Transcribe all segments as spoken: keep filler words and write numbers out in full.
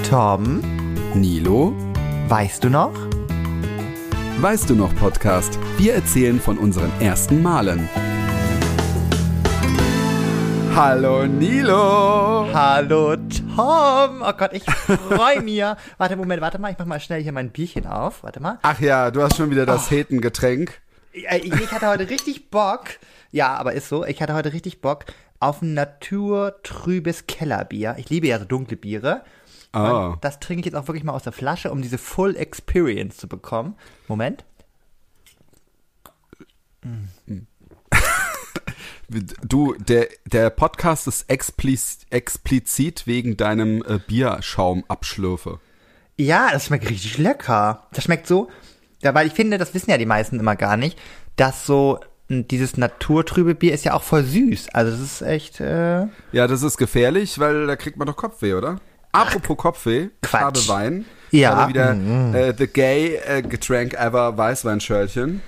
Tom, Nilo, weißt du noch? Weißt du noch Podcast? Wir erzählen von unseren ersten Malen. Hallo Nilo. Hallo Tom. Oh Gott, ich freue mich. Warte, Moment, warte mal, ich mach mal schnell hier mein Bierchen auf. Warte mal. Ach ja, du hast schon wieder das Oh. Hetengetränk. Ich, ich hatte heute richtig Bock. Ja, aber ist so, ich hatte heute richtig Bock auf ein naturtrübes Kellerbier. Ich liebe ja so dunkle Biere. Oh. Und das trinke ich jetzt auch wirklich mal aus der Flasche, um diese Full Experience zu bekommen. Moment. Du, der, der Podcast ist expliz, explizit wegen deinem äh, Bierschaumabschlürfe. Ja, das schmeckt richtig lecker. Das schmeckt so, ja, weil ich finde, das wissen ja die meisten immer gar nicht, dass so n- dieses naturtrübe Bier ist ja auch voll süß. Also das ist echt, äh, Ja, das ist gefährlich, weil da kriegt man doch Kopfweh, oder? Apropos Kopfweh, ich Quatsch. habe Wein. Ja. Ich habe wieder äh, The Gay äh, Getränk Ever Weißweinschörlchen.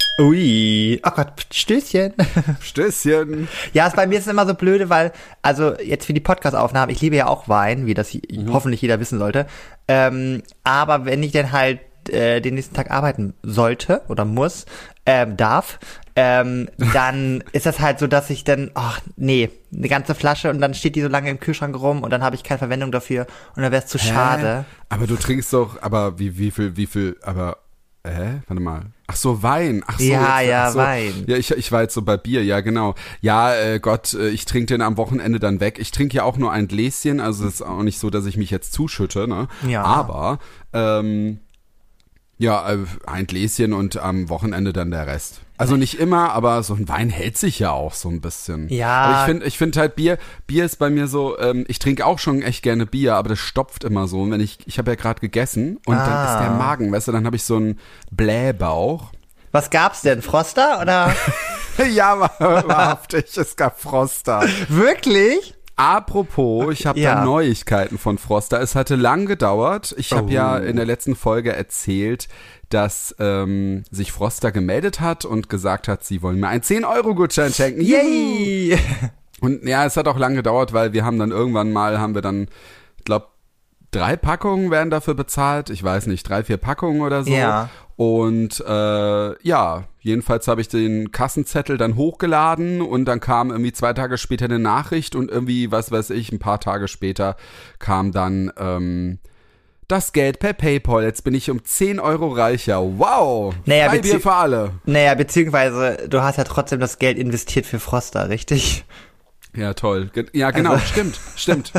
ui. Oh Gott, Stößchen. Stößchen. Ja, es bei mir ist es immer so blöde, weil, also jetzt für die Podcast-Aufnahmen, ich liebe ja auch Wein, wie das mhm. hoffentlich jeder wissen sollte. Ähm, aber wenn ich dann halt äh, den nächsten Tag arbeiten sollte oder muss, ähm, darf, ähm, dann ist das halt so, dass ich dann, ach nee, eine ganze Flasche und dann steht die so lange im Kühlschrank rum und dann habe ich keine Verwendung dafür und dann wäre es zu schade. Aber du trinkst doch, aber wie, wie viel, wie viel, aber, hä? Warte mal. Ach so, Wein. Ach so. Ja, jetzt, ja, ach so. Wein. Ja, ich, ich war jetzt so bei Bier, ja, genau. Ja, äh, Gott, äh, ich trinke den am Wochenende dann weg. Ich trinke ja auch nur ein Gläschen, also es ist auch nicht so, dass ich mich jetzt zuschütte, ne? Ja. Aber, ähm, ja, äh, ein Gläschen und am Wochenende dann der Rest. Also nicht immer, aber so ein Wein hält sich ja auch so ein bisschen. Ja. Aber ich finde, ich finde halt Bier, Bier ist bei mir so, ähm, ich trinke auch schon echt gerne Bier, aber das stopft immer so. Und wenn ich, ich habe ja gerade gegessen und Ah. dann ist der Magen, weißt du, dann habe ich so einen Blähbauch. Was gab's denn? Froster oder? Ja, wahr- wahrhaftig, es gab Froster. Wirklich? Apropos, ich habe Ja. da Neuigkeiten von Froster. Es hatte lang gedauert. Ich habe Oh. ja in der letzten Folge erzählt, dass ähm, sich Froster gemeldet hat und gesagt hat, sie wollen mir einen zehn-Euro-Gutschein schenken. Yay! Und ja, es hat auch lang gedauert, weil wir haben dann irgendwann mal, haben wir dann, ich glaube, drei Packungen werden dafür bezahlt. Ich weiß nicht, drei, vier Packungen oder so. Ja. Und äh, ja, jedenfalls habe ich den Kassenzettel dann hochgeladen und dann kam irgendwie zwei Tage später eine Nachricht und irgendwie, was weiß ich, ein paar Tage später kam dann ähm, das Geld per PayPal. Jetzt bin ich um zehn Euro reicher. Wow! Naja, Freibier bezieh- für alle. Naja, beziehungsweise du hast ja trotzdem das Geld investiert für Froster, richtig? Ja, toll. Ge- Ja, genau, Also- stimmt, stimmt.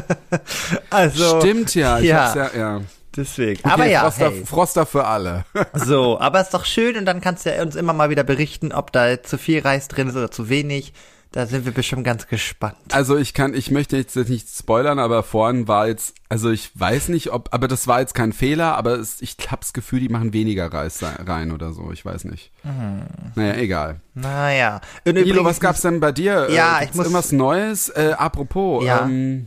Also, Stimmt ja. Ich ja. hab's ja, ja. deswegen. Okay, aber ja, Froster, hey. Froster für alle. So, aber ist doch schön und dann kannst du ja uns immer mal wieder berichten, ob da jetzt zu viel Reis drin ist oder zu wenig. Da sind wir bestimmt ganz gespannt. Also ich kann, ich möchte jetzt nicht spoilern, aber vorhin war jetzt, also ich weiß nicht, ob, aber das war jetzt kein Fehler, aber es, ich habe das Gefühl, die machen weniger Reis rein oder so, ich weiß nicht. Mhm. Naja, egal. Naja. Und Nilo, übrigens- was gab's denn bei dir? Ja, äh, ich gibt's muss- irgendwas Neues? Äh, apropos, Ja. ähm,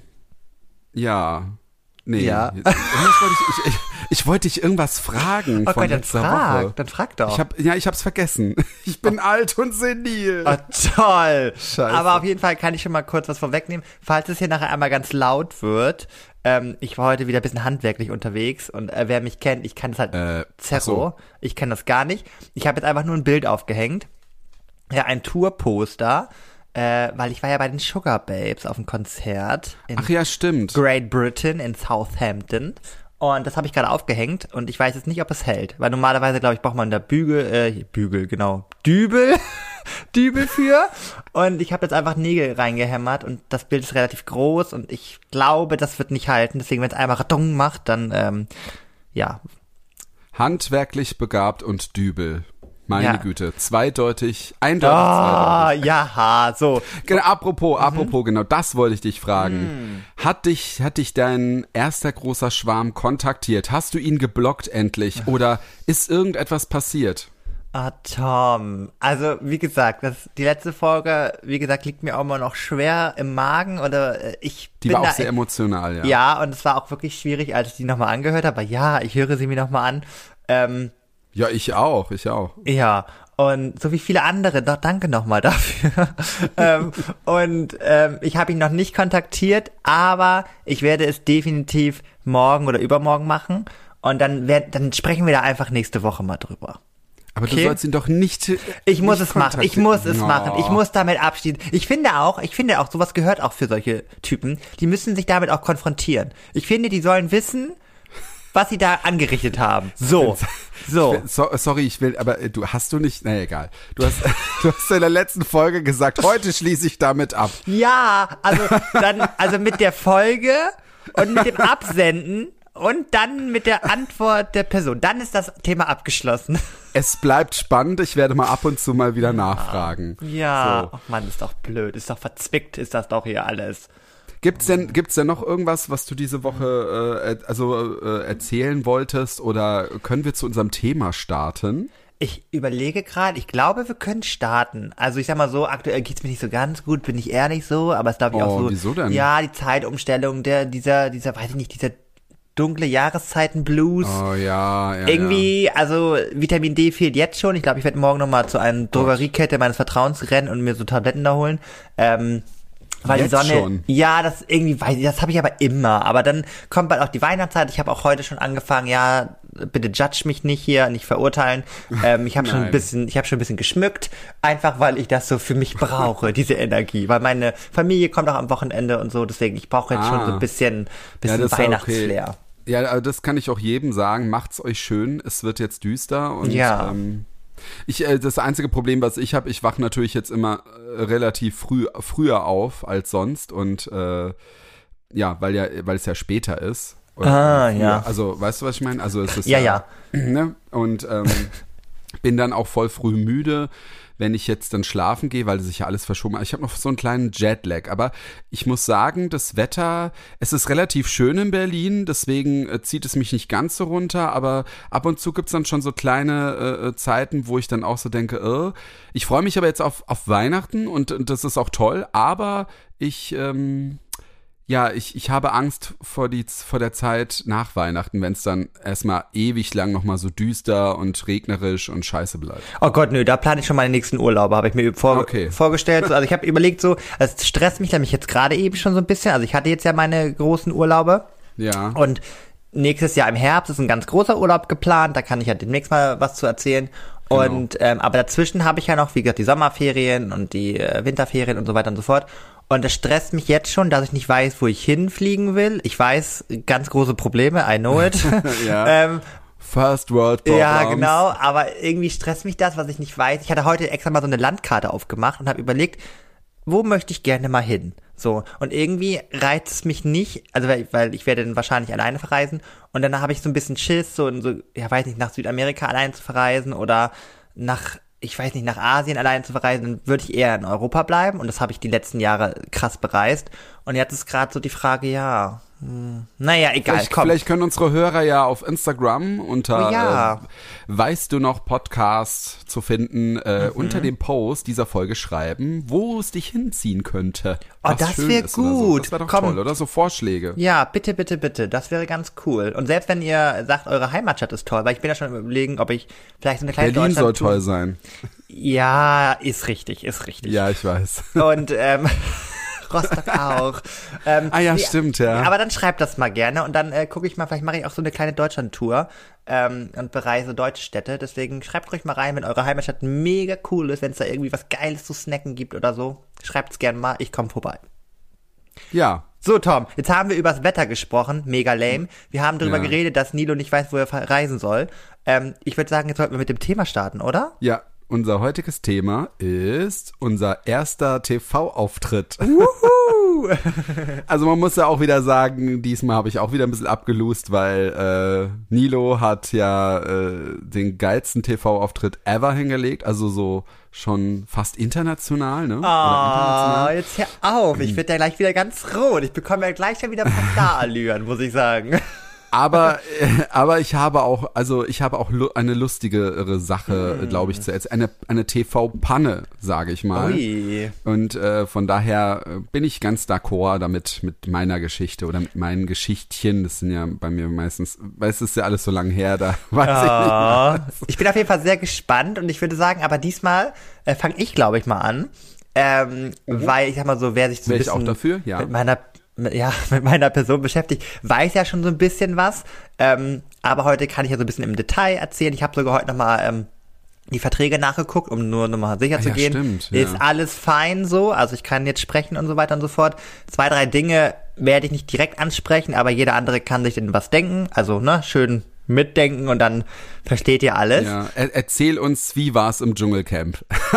ja. Nee. Ja. Irgendwas wollte ich, ich, ich, ich wollte dich irgendwas fragen Oh von Gott, dann letzter frag, Woche. dann frag doch. Ich hab, ja, ich hab's vergessen. Ich bin alt und senil. Oh, toll. Scheiße. Aber auf jeden Fall kann ich schon mal kurz was vorwegnehmen. Falls es hier nachher einmal ganz laut wird, ähm, ich war heute wieder ein bisschen handwerklich unterwegs und äh, wer mich kennt, ich kann das halt Äh, Zerro. ach so. Ich kann das gar nicht. Ich habe jetzt einfach nur ein Bild aufgehängt. Ja, ein Tourposter, äh, weil ich war ja bei den Sugar Babes auf dem Konzert in Ach ja, stimmt. Great Britain in Southampton. Und das habe ich gerade aufgehängt und ich weiß jetzt nicht, ob es hält. Weil normalerweise, glaube ich, braucht man da Bügel, äh, Bügel, genau, Dübel, Dübel für. Und ich habe jetzt einfach Nägel reingehämmert und das Bild ist relativ groß und ich glaube, das wird nicht halten. Deswegen, wenn es einmal Radung macht, dann, ähm, ja. Handwerklich begabt und Dübel. Meine Ja. Güte. Zweideutig, eindeutig Ah, zweideutig. ja, so. Genau, apropos, Mhm. apropos, genau, das wollte ich dich fragen. Hm. Hat dich, hat dich dein erster großer Schwarm kontaktiert? Hast du ihn geblockt endlich? Oder ist irgendetwas passiert? Ah, Tom. Also, wie gesagt, das, die letzte Folge, wie gesagt, liegt mir auch immer noch schwer im Magen oder äh, ich Die bin war auch da sehr emotional, ja. Ja, und es war auch wirklich schwierig, als ich die nochmal angehört habe. Aber ja, ich höre sie mir nochmal an. Ähm, Ja, ich auch, ich auch. ja, Und so wie viele andere, doch danke nochmal dafür. ähm, und ähm, ich habe ihn noch nicht kontaktiert, aber ich werde es definitiv morgen oder übermorgen machen. Und dann, werd, dann sprechen wir da einfach nächste Woche mal drüber. Aber okay? Du sollst ihn doch nicht. Ich muss nicht es machen. Ich muss es oh. machen. Ich muss damit abschließen. Ich finde auch, ich finde auch, sowas gehört auch für solche Typen. Die müssen sich damit auch konfrontieren. Ich finde, die sollen wissen, was sie da angerichtet haben. So. So. Ich will, so. Sorry, ich will, aber du hast du nicht, na egal. Du hast, du hast in der letzten Folge gesagt, heute schließe ich damit ab. Ja, also dann, also mit der Folge und mit dem Absenden und dann mit der Antwort der Person. Dann ist das Thema abgeschlossen. Es bleibt spannend. Ich werde mal ab und zu mal wieder nachfragen. Ja. So. Oh Mann, ist doch blöd. Ist doch verzwickt, ist das doch hier alles. Gibt's denn, gibt's denn noch irgendwas, was du diese Woche äh, also äh, erzählen wolltest, oder können wir zu unserem Thema starten? Ich überlege gerade, ich glaube, wir können starten. Also ich sag mal so, aktuell geht's mir nicht so ganz gut, bin ich ehrlich so, aber es glaube ich oh, auch so. Wieso denn? Ja, die Zeitumstellung, der, dieser, dieser, weiß ich nicht, dieser dunkle Jahreszeiten-Blues. Oh ja, ja. Irgendwie, ja. also Vitamin D fehlt jetzt schon. Ich glaube, ich werde morgen nochmal zu einer Drogeriekette meines Vertrauens rennen und mir so Tabletten da holen. Ähm, Weil Jetzt die Sonne, schon. ja, das irgendwie, weiß ich, das habe ich aber immer. Aber dann kommt bald auch die Weihnachtszeit. Ich habe auch heute schon angefangen, ja, bitte judge mich nicht hier, nicht verurteilen. Ähm, ich habe schon ein bisschen, ich habe schon ein bisschen geschmückt, einfach weil ich das so für mich brauche, diese Energie. Weil meine Familie kommt auch am Wochenende und so, deswegen ich brauche jetzt ah. schon so ein bisschen, bisschen ja, Weihnachtsflair. Okay. Ja, also das kann ich auch jedem sagen. Macht's euch schön. Es wird jetzt düster und ja. ähm, Ich, äh, das einzige Problem, was ich habe, ich wache natürlich jetzt immer äh, relativ früh, früher auf als sonst und äh, ja, weil ja, weil es ja später ist. Oder ah, früher. ja. Also, weißt du, was ich meine? Also es ist ja, ja, ja. Ne? Und ähm, bin dann auch voll früh müde, wenn ich jetzt dann schlafen gehe, weil sich ja alles verschoben hat. Ich habe noch so einen kleinen Jetlag, aber ich muss sagen, das Wetter, es ist relativ schön in Berlin, deswegen äh, zieht es mich nicht ganz so runter, aber ab und zu gibt's dann schon so kleine äh, Zeiten, wo ich dann auch so denke, äh, ich freue mich aber jetzt auf, auf Weihnachten und, und das ist auch toll, aber ich, ähm, ja, ich, ich habe Angst vor, die, vor der Zeit nach Weihnachten, wenn es dann erstmal ewig lang nochmal so düster und regnerisch und scheiße bleibt. Oh Gott, nö, da plane ich schon meine nächsten Urlaube, habe ich mir vor, okay. vorgestellt. Also ich habe überlegt so, es stresst mich nämlich jetzt gerade eben schon so ein bisschen. Also ich hatte jetzt ja meine großen Urlaube. Ja. Und nächstes Jahr im Herbst ist ein ganz großer Urlaub geplant, da kann ich ja demnächst mal was zu erzählen. Genau. Und ähm, aber dazwischen habe ich ja noch, wie gesagt, die Sommerferien und die äh, Winterferien und so weiter und so fort. Und das stresst mich jetzt schon, dass ich nicht weiß, wo ich hinfliegen will. Ich weiß, ganz große Probleme, I know it. ja. ähm, First World Problems. Ja, genau, aber irgendwie stresst mich das, was ich nicht weiß. Ich hatte heute extra mal so eine Landkarte aufgemacht und habe überlegt, wo möchte ich gerne mal hin? So, und irgendwie reizt es mich nicht, also weil, weil ich werde dann wahrscheinlich alleine verreisen und dann habe ich so ein bisschen Schiss, so, so, ja weiß nicht, nach Südamerika allein zu verreisen oder nach, ich weiß nicht, nach Asien allein zu verreisen, dann würde ich eher in Europa bleiben und das habe ich die letzten Jahre krass bereist und jetzt ist gerade so die Frage, ja, hm, naja, egal, vielleicht, komm. Vielleicht können unsere Hörer ja auf Instagram unter ja. äh, Weißt du noch Podcast zu finden, äh, mhm. unter dem Post dieser Folge schreiben, wo es dich hinziehen könnte. Oh, das wäre gut. So. Das wäre doch komm. toll, oder? So Vorschläge. Ja, bitte, bitte, bitte. Das wäre ganz cool. Und selbst wenn ihr sagt, eure Heimatstadt ist toll, weil ich bin ja schon überlegen, ob ich vielleicht so eine kleine Berlin soll Deutschland-Tour- toll sein. Ja, ist richtig, ist richtig. Ja, ich weiß. Und ähm, Rostock auch. Ähm, ah ja, nee, stimmt, ja. Aber dann schreibt das mal gerne und dann äh, gucke ich mal, vielleicht mache ich auch so eine kleine Deutschland-Tour ähm, und bereise deutsche Städte. Deswegen schreibt ruhig mal rein, wenn eure Heimatstadt mega cool ist, wenn es da irgendwie was Geiles zu snacken gibt oder so. Schreibt's gerne mal, ich komme vorbei. Ja. So, Tom, jetzt haben wir übers Wetter gesprochen, mega lame. Wir haben darüber ja. geredet, dass Nilo nicht weiß, wo er reisen soll. Ähm, ich würde sagen, jetzt sollten wir mit dem Thema starten, oder? Ja. Unser heutiges Thema ist unser erster T V-Auftritt. Wuhu! Also man muss ja auch wieder sagen, diesmal habe ich auch wieder ein bisschen abgelust, weil äh, Nilo hat ja äh, den geilsten T V-Auftritt ever hingelegt, also so schon fast international, ne? Ah, oh, jetzt hör auf, ich werde ja gleich wieder ganz rot. Ich bekomme ja gleich schon wieder ein paar Starallüren, muss ich sagen. Aber, äh, aber ich habe auch, also ich habe auch lu- eine lustigere Sache, mm. glaube ich, zu erzählen. Eine, eine T V-Panne, sage ich mal. Ui. Und äh, von daher äh, bin ich ganz d'accord damit, mit meiner Geschichte oder mit meinen Geschichtchen. Das sind ja bei mir meistens, weil es ist ja alles so lange her, da weiß oh. ich nicht mehr. Ich bin auf jeden Fall sehr gespannt und ich würde sagen, aber diesmal äh, fange ich, glaube ich, mal an. Ähm, mhm. Weil ich sag mal so, wer sich so Wäre ein ich bisschen auch dafür? Ja. mit meiner mit, ja, mit meiner Person beschäftigt, weiß ja schon so ein bisschen was. Ähm, aber heute kann ich ja so ein bisschen im Detail erzählen. Ich habe sogar heute nochmal ähm, die Verträge nachgeguckt, um nur nochmal sicher ah, zu ja, gehen. Stimmt, ja. Ist alles fein so, also ich kann jetzt sprechen und so weiter und so fort. Zwei, drei Dinge werde ich nicht direkt ansprechen, aber jeder andere kann sich denn was denken. Also, ne, schön mitdenken und dann versteht ihr alles. Ja. Er, erzähl uns, wie war's im Dschungelcamp?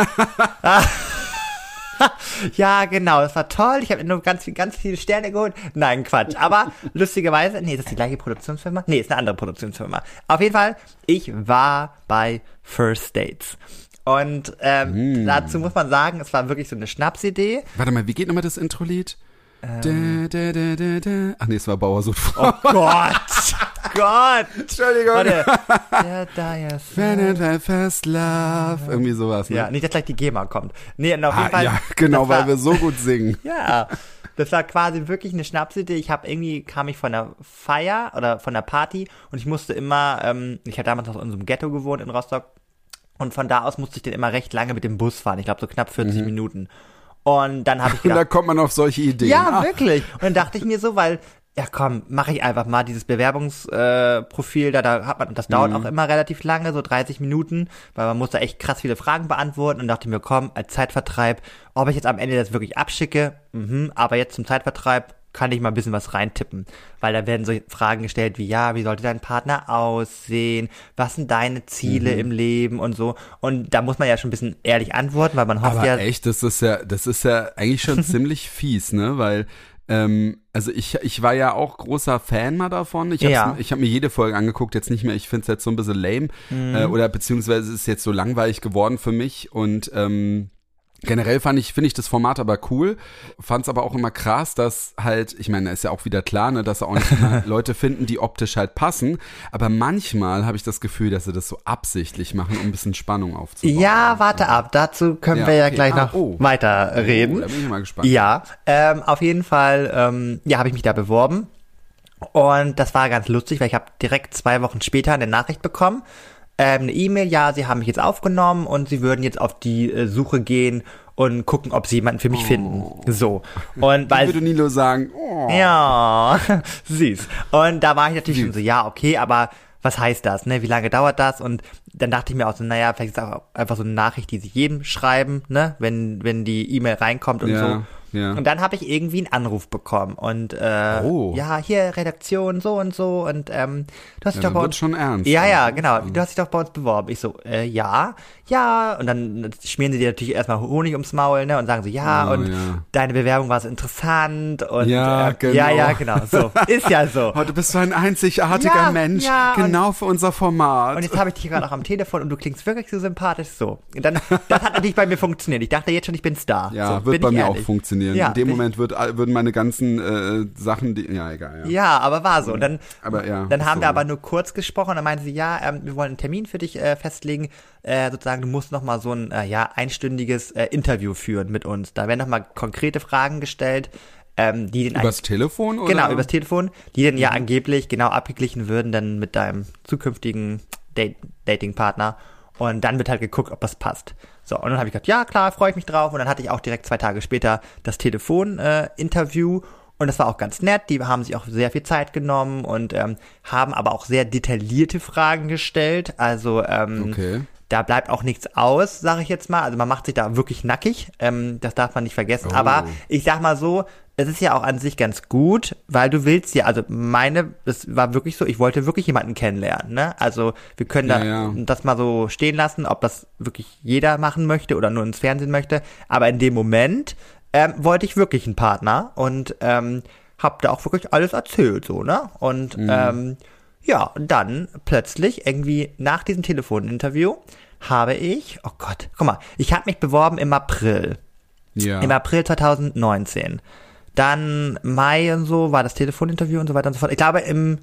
Ja, genau, das war toll. Ich habe nur ganz, viel, ganz viele Sterne geholt. Nein, Quatsch. Aber lustigerweise, nee, ist das die gleiche Produktionsfirma? Nee, ist eine andere Produktionsfirma. Auf jeden Fall, ich war bei First Dates. Und ähm, mm. dazu muss man sagen, es war wirklich so eine Schnapsidee. Warte mal, wie geht nochmal das Intro-Lied? Ähm. Da, da, da, da, da. Ach nee, es war Bauer sucht Oh Gott! Gott! Entschuldigung. Warte. Der Dire Straits. First Love. Irgendwie sowas, ne? Ja, nicht, dass gleich die GEMA kommt. Nee, und auf jeden ah, Fall. Ja, genau, war, weil wir so gut singen. Ja, das war quasi wirklich eine Schnapsidee. Ich habe irgendwie, kam ich von der Feier oder von der Party und ich musste immer, ähm, ich habe damals noch in unserem Ghetto gewohnt in Rostock und von da aus musste ich dann immer recht lange mit dem Bus fahren. Ich glaube so knapp vierzig mhm. Minuten. Und dann habe ich gedacht, und da kommt man auf solche Ideen. Ja, Ach. wirklich. Und dann dachte ich mir so, weil, ja komm, mache ich einfach mal dieses Bewerbungsprofil, äh, da, da hat man, das dauert mhm. auch immer relativ lange, so dreißig Minuten, weil man muss da echt krass viele Fragen beantworten und dachte mir, komm, als Zeitvertreib, ob ich jetzt am Ende das wirklich abschicke, mhm, aber jetzt zum Zeitvertreib kann ich mal ein bisschen was reintippen, weil da werden so Fragen gestellt wie, ja, wie sollte dein Partner aussehen, was sind deine Ziele mhm. im Leben und so, und da muss man ja schon ein bisschen ehrlich antworten, weil man hofft aber ja... echt, das ist ja, das ist ja eigentlich schon ziemlich fies, ne, weil, ähm, also ich, ich war ja auch großer Fan mal davon, ich habe ja. ich hab mir jede Folge angeguckt, jetzt nicht mehr, ich finde es jetzt so ein bisschen lame, mhm. äh, oder beziehungsweise ist es jetzt so langweilig geworden für mich und, ähm, generell fand ich, finde ich das Format aber cool, fand es aber auch immer krass, dass halt, ich meine, ist ja auch wieder klar, ne, dass auch nicht immer Leute finden, die optisch halt passen, aber manchmal habe ich das Gefühl, dass sie das so absichtlich machen, um ein bisschen Spannung aufzubauen. Ja, warte ab, dazu können ja, wir ja okay. gleich ah, noch oh. weiter reden. Oh, da bin ich mal gespannt. Ja, ähm, auf jeden Fall, ähm, ja, habe ich mich da beworben und das war ganz lustig, weil ich habe direkt zwei Wochen später eine Nachricht bekommen, ähm, eine E-Mail, ja, sie haben mich jetzt aufgenommen und sie würden jetzt auf die äh, Suche gehen und gucken, ob sie jemanden für mich oh. finden. So. Und weil, ich würde Nilo sagen, oh. Ja, süß. Und da war ich natürlich süß. Schon so, ja, okay, aber was heißt das, ne? Wie lange dauert das? Und dann dachte ich mir auch so, naja, vielleicht ist das auch einfach so eine Nachricht, die sie jedem schreiben, ne? Wenn, wenn die E-Mail reinkommt und ja. so. Ja. Und dann habe ich irgendwie einen Anruf bekommen und äh, oh. ja, hier Redaktion so und so und ähm, du hast dich ja, doch bei wird uns schon ernst. Ja, ja, genau. Du hast dich doch bei uns beworben. Ich so, äh, ja, ja. Und dann schmieren sie dir natürlich erstmal Honig ums Maul, ne? Und sagen so, ja, oh, und ja. deine Bewerbung war so interessant und ja, äh, genau. ja, ja, genau. So ist ja so. Oh, du bist so ein einzigartiger ja, Mensch, ja, genau für unser Format. Und jetzt habe ich dich gerade auch am Telefon und du klingst wirklich so sympathisch. So. Und dann, das hat natürlich bei mir funktioniert. Ich dachte jetzt schon, ich bin Star. Ja, so, wird bei mir ehrlich. auch funktionieren. Ja, In dem Moment wird, würden meine ganzen äh, Sachen, die, ja, egal. Ja, ja, aber war so. Und dann, aber, ja, dann haben so. wir aber nur kurz gesprochen. Dann meinte sie, ja, ähm, wir wollen einen Termin für dich äh, festlegen. Äh, sozusagen, du musst noch mal so ein äh, ja einstündiges äh, Interview führen mit uns. Da werden noch mal konkrete Fragen gestellt. Ähm, die den übers Telefon, oder? Genau, übers Telefon. Die dann ja angeblich genau abgeglichen würden dann mit deinem zukünftigen Date Dating-Partner. Und dann wird halt geguckt, ob das passt. So, und dann habe ich gedacht, ja klar, freue ich mich drauf. Und dann hatte ich auch direkt zwei Tage später das Telefon-Interview. Äh, und das war auch ganz nett. Die haben sich auch sehr viel Zeit genommen und ähm, haben aber auch sehr detaillierte Fragen gestellt. Also ähm, okay. Da bleibt auch nichts aus, sage ich jetzt mal. Also man macht sich da wirklich nackig. Ähm, das darf man nicht vergessen. Oh. Aber ich sag mal so, es ist ja auch an sich ganz gut, weil du willst ja, also meine, es war wirklich so, ich wollte wirklich jemanden kennenlernen, ne? Also wir können da ja, ja. das mal so stehen lassen, ob das wirklich jeder machen möchte oder nur ins Fernsehen möchte. Aber in dem Moment ähm, wollte ich wirklich einen Partner und ähm, hab da auch wirklich alles erzählt, so, ne? Und mhm. ähm, ja, und dann plötzlich irgendwie nach diesem Telefoninterview habe ich, oh Gott, guck mal, ich habe mich beworben im April. Ja. Im April zwanzig neunzehn. Dann Mai und so war das Telefoninterview und so weiter und so fort. Ich glaube, im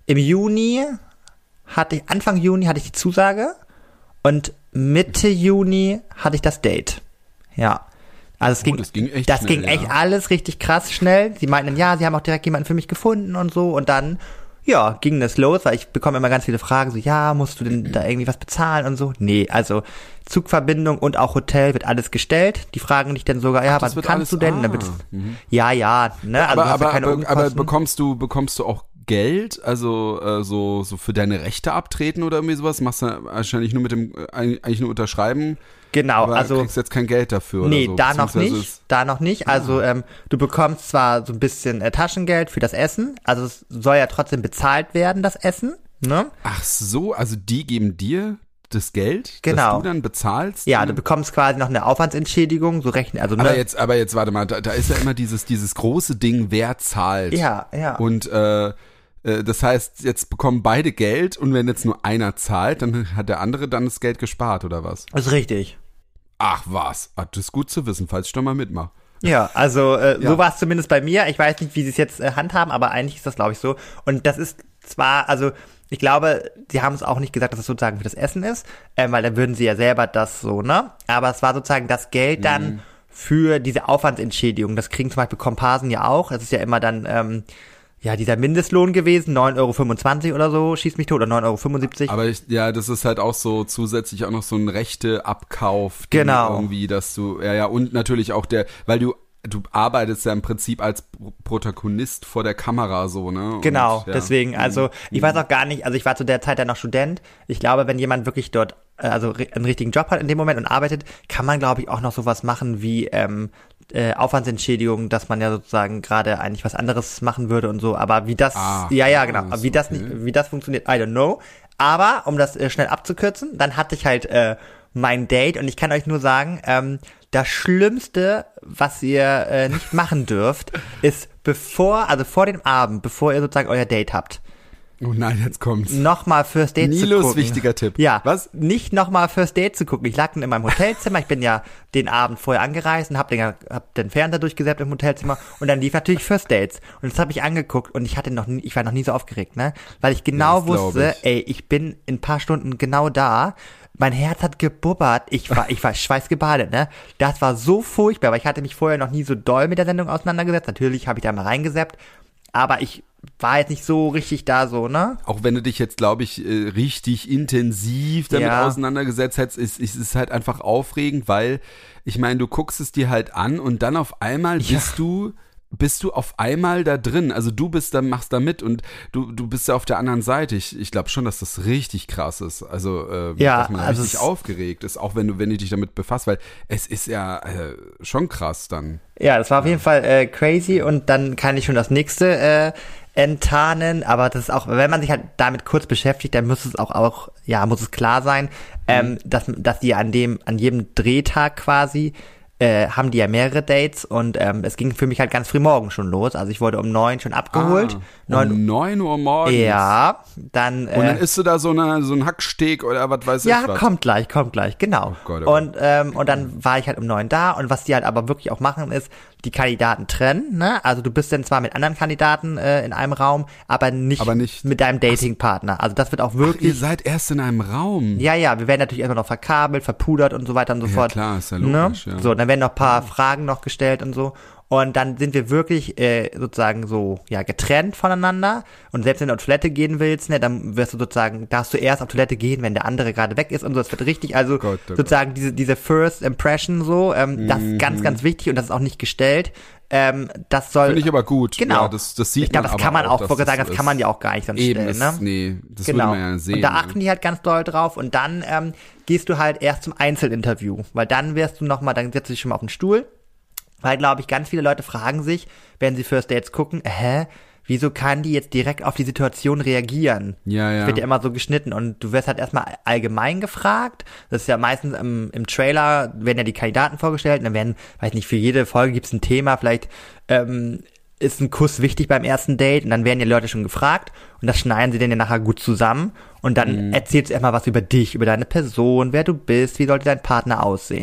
im Juni hatte ich, Anfang Juni hatte ich die Zusage und Mitte Juni hatte ich das Date. Ja. Also es oh, ging, das ging echt das schnell, ging echt ja. alles richtig krass schnell. Sie meinten, ja, sie haben auch direkt jemanden für mich gefunden und so und dann, ja, ging das los, weil ich bekomme immer ganz viele Fragen, so, ja, musst du denn da irgendwie was bezahlen und so? Nee, also Zugverbindung und auch Hotel wird alles gestellt. Die fragen dich dann sogar, ja, Ach, das was wird kannst alles- du denn? ah, Dann wird es, mhm. ja, ja, ne, also aber du hast ja aber, keine aber, aber Unkosten. bekommst du bekommst du auch Geld, also äh, so so für deine Rechte abtreten oder irgendwie sowas? Machst du wahrscheinlich nur mit dem äh, eigentlich nur unterschreiben. Genau, aber also kriegst jetzt kein Geld dafür nee, oder so. da noch beziehungsweise nicht, es- da noch nicht. Also ähm, du bekommst zwar so ein bisschen äh, Taschengeld für das Essen, also es soll ja trotzdem bezahlt werden, das Essen, ne? Ach so, also die geben dir das Geld, Genau. das du dann bezahlst? Ja, du bekommst quasi noch eine Aufwandsentschädigung, so rechnen, also ne? aber jetzt, aber jetzt warte mal, da, da ist ja immer dieses dieses große Ding, wer zahlt. Ja, ja. Und äh, äh, das heißt, jetzt bekommen beide Geld und wenn jetzt nur einer zahlt, dann hat der andere dann das Geld gespart oder was? Das ist richtig. Ach was, ah, das ist gut zu wissen, falls ich da mal mitmache. Ja, also äh, Ja. so war es zumindest bei mir. Ich weiß nicht, wie sie es jetzt äh, handhaben, aber eigentlich ist das, glaube ich, so. Und das ist zwar, also ich glaube, sie haben es auch nicht gesagt, dass es sozusagen für das Essen ist, ähm, weil dann würden sie ja selber das so, ne? Aber es war sozusagen das Geld dann Mhm. für diese Aufwandsentschädigung. Das kriegen zum Beispiel Komparsen ja auch. Das ist ja immer dann, ähm, ja, dieser Mindestlohn gewesen, neun Euro fünfundzwanzig oder so, schießt mich tot, oder neun Euro fünfundsiebzig. Aber ich, ja, das ist halt auch so zusätzlich auch noch so ein Rechteabkauf. Ding Genau. Irgendwie, dass du, ja, ja, und natürlich auch der, weil du, du arbeitest ja im Prinzip als Pro- Protagonist vor der Kamera so, ne? Und, Genau, ja. deswegen, also ich weiß auch gar nicht, also ich war zu der Zeit ja noch Student. Ich glaube, wenn jemand wirklich dort äh, also ri- einen richtigen Job hat in dem Moment und arbeitet, kann man, glaube ich, auch noch sowas machen wie ähm, äh, Aufwandsentschädigung, dass man ja sozusagen gerade eigentlich was anderes machen würde und so. Aber wie das, Ah, ja, ja, genau, krass, aber wie das okay. nicht, wie das funktioniert, I don't know. Aber um das äh, schnell abzukürzen, dann hatte ich halt äh, mein Date und ich kann euch nur sagen, ähm, das Schlimmste, was ihr äh, nicht machen dürft, ist bevor, also vor dem Abend, bevor ihr sozusagen euer Date habt, Oh nein, jetzt kommt's. nochmal fürs Date zu Nilos gucken. wichtiger Tipp. Ja, Was? nicht nochmal fürs Date zu gucken. Ich lag dann in meinem Hotelzimmer, ich bin ja den Abend vorher angereist und hab den, hab den Fernseher durchgesäppt im Hotelzimmer und dann lief natürlich First Dates. Und das habe ich angeguckt und ich hatte noch nie, ich war noch nie so aufgeregt, ne? Weil ich genau Ja, das glaub wusste, ich. ey, ich bin in ein paar Stunden genau da. Mein Herz hat gebubbert. Ich war, ich war schweißgebadet, ne? Das war so furchtbar, weil ich hatte mich vorher noch nie so doll mit der Sendung auseinandergesetzt. Natürlich habe ich da mal reingesappt, aber ich war jetzt nicht so richtig da so, ne? Auch wenn du dich jetzt, glaube ich, äh, richtig intensiv damit Ja. auseinandergesetzt hättest, ist, ist es halt einfach aufregend, weil, ich meine, du guckst es dir halt an und dann auf einmal bist Ja. du bist du auf einmal da drin. Also du bist da, machst da mit und du, du bist da auf der anderen Seite. Ich, ich glaube schon, dass das richtig krass ist. Also, äh, Ja, dass man da also richtig es- aufgeregt ist, auch wenn du, wenn du dich damit befasst, weil es ist ja äh, schon krass dann. Ja, das war auf jeden Fall äh, crazy und dann kann ich schon das nächste äh, enttarnen, aber das ist auch, wenn man sich halt damit kurz beschäftigt, dann muss es auch, auch ja, muss es klar sein, ähm, dass, dass die an dem, an jedem Drehtag quasi äh, haben die ja mehrere Dates und ähm, es ging für mich halt ganz früh morgens schon los. Also ich wurde um neun schon abgeholt. Ah, Neun, um neun Uhr morgens. ja, dann äh, Und dann isst du da so, eine, so ein Hacksteak oder was weiß ja, ich was. kommt gleich, kommt gleich, genau. Oh Gott, oh und ähm, und dann war ich halt um neun da und was die halt aber wirklich auch machen ist, die Kandidaten trennen, ne? Also du bist dann zwar mit anderen Kandidaten äh, in einem Raum, aber nicht, Aber nicht- mit deinem Datingpartner. Also das wird auch Ach, ihr wirklich, seid erst in einem Raum. ja, ja, wir werden natürlich erstmal noch verkabelt, verpudert und so weiter und so Ja, fort. klar, ist ja Ne? logisch, ja. So, dann werden noch ein paar Fragen noch gestellt und so. Und dann sind wir wirklich äh, sozusagen so ja getrennt voneinander. Und selbst wenn du auf Toilette gehen willst, ne, dann wirst du sozusagen, darfst du erst auf Toilette gehen, wenn der andere gerade weg ist und so. Das wird richtig, also Gott, oh sozusagen diese diese First Impression so, ähm, das ist ganz, ganz wichtig und das ist auch nicht gestellt. Ähm, das soll. Finde ich aber gut. Genau. Ja, das, das sieht ich glaube, man das aber kann man auch, dass vorher sagen, das das so kann man ist. ja auch gar nicht sonst Eben, stellen, das, ne? nee, das Genau. würde man ja sehen. Und da ne? achten die halt ganz doll drauf und dann ähm, gehst du halt erst zum Einzelinterview, weil dann wirst du nochmal, dann setzt du dich schon mal auf den Stuhl, weil, glaube ich, ganz viele Leute fragen sich, wenn sie First Dates gucken, hä, wieso kann die jetzt direkt auf die Situation reagieren? Ja, ja. Das wird ja immer so geschnitten und du wirst halt erstmal allgemein gefragt. Das ist ja meistens im, im Trailer, werden ja die Kandidaten vorgestellt und dann werden, weiß nicht, für jede Folge gibt's ein Thema, vielleicht ähm, ist ein Kuss wichtig beim ersten Date und dann werden ja Leute schon gefragt und das schneiden sie dann ja nachher gut zusammen und dann Mhm. erzählst du erstmal was über dich, über deine Person, wer du bist, wie sollte dein Partner aussehen.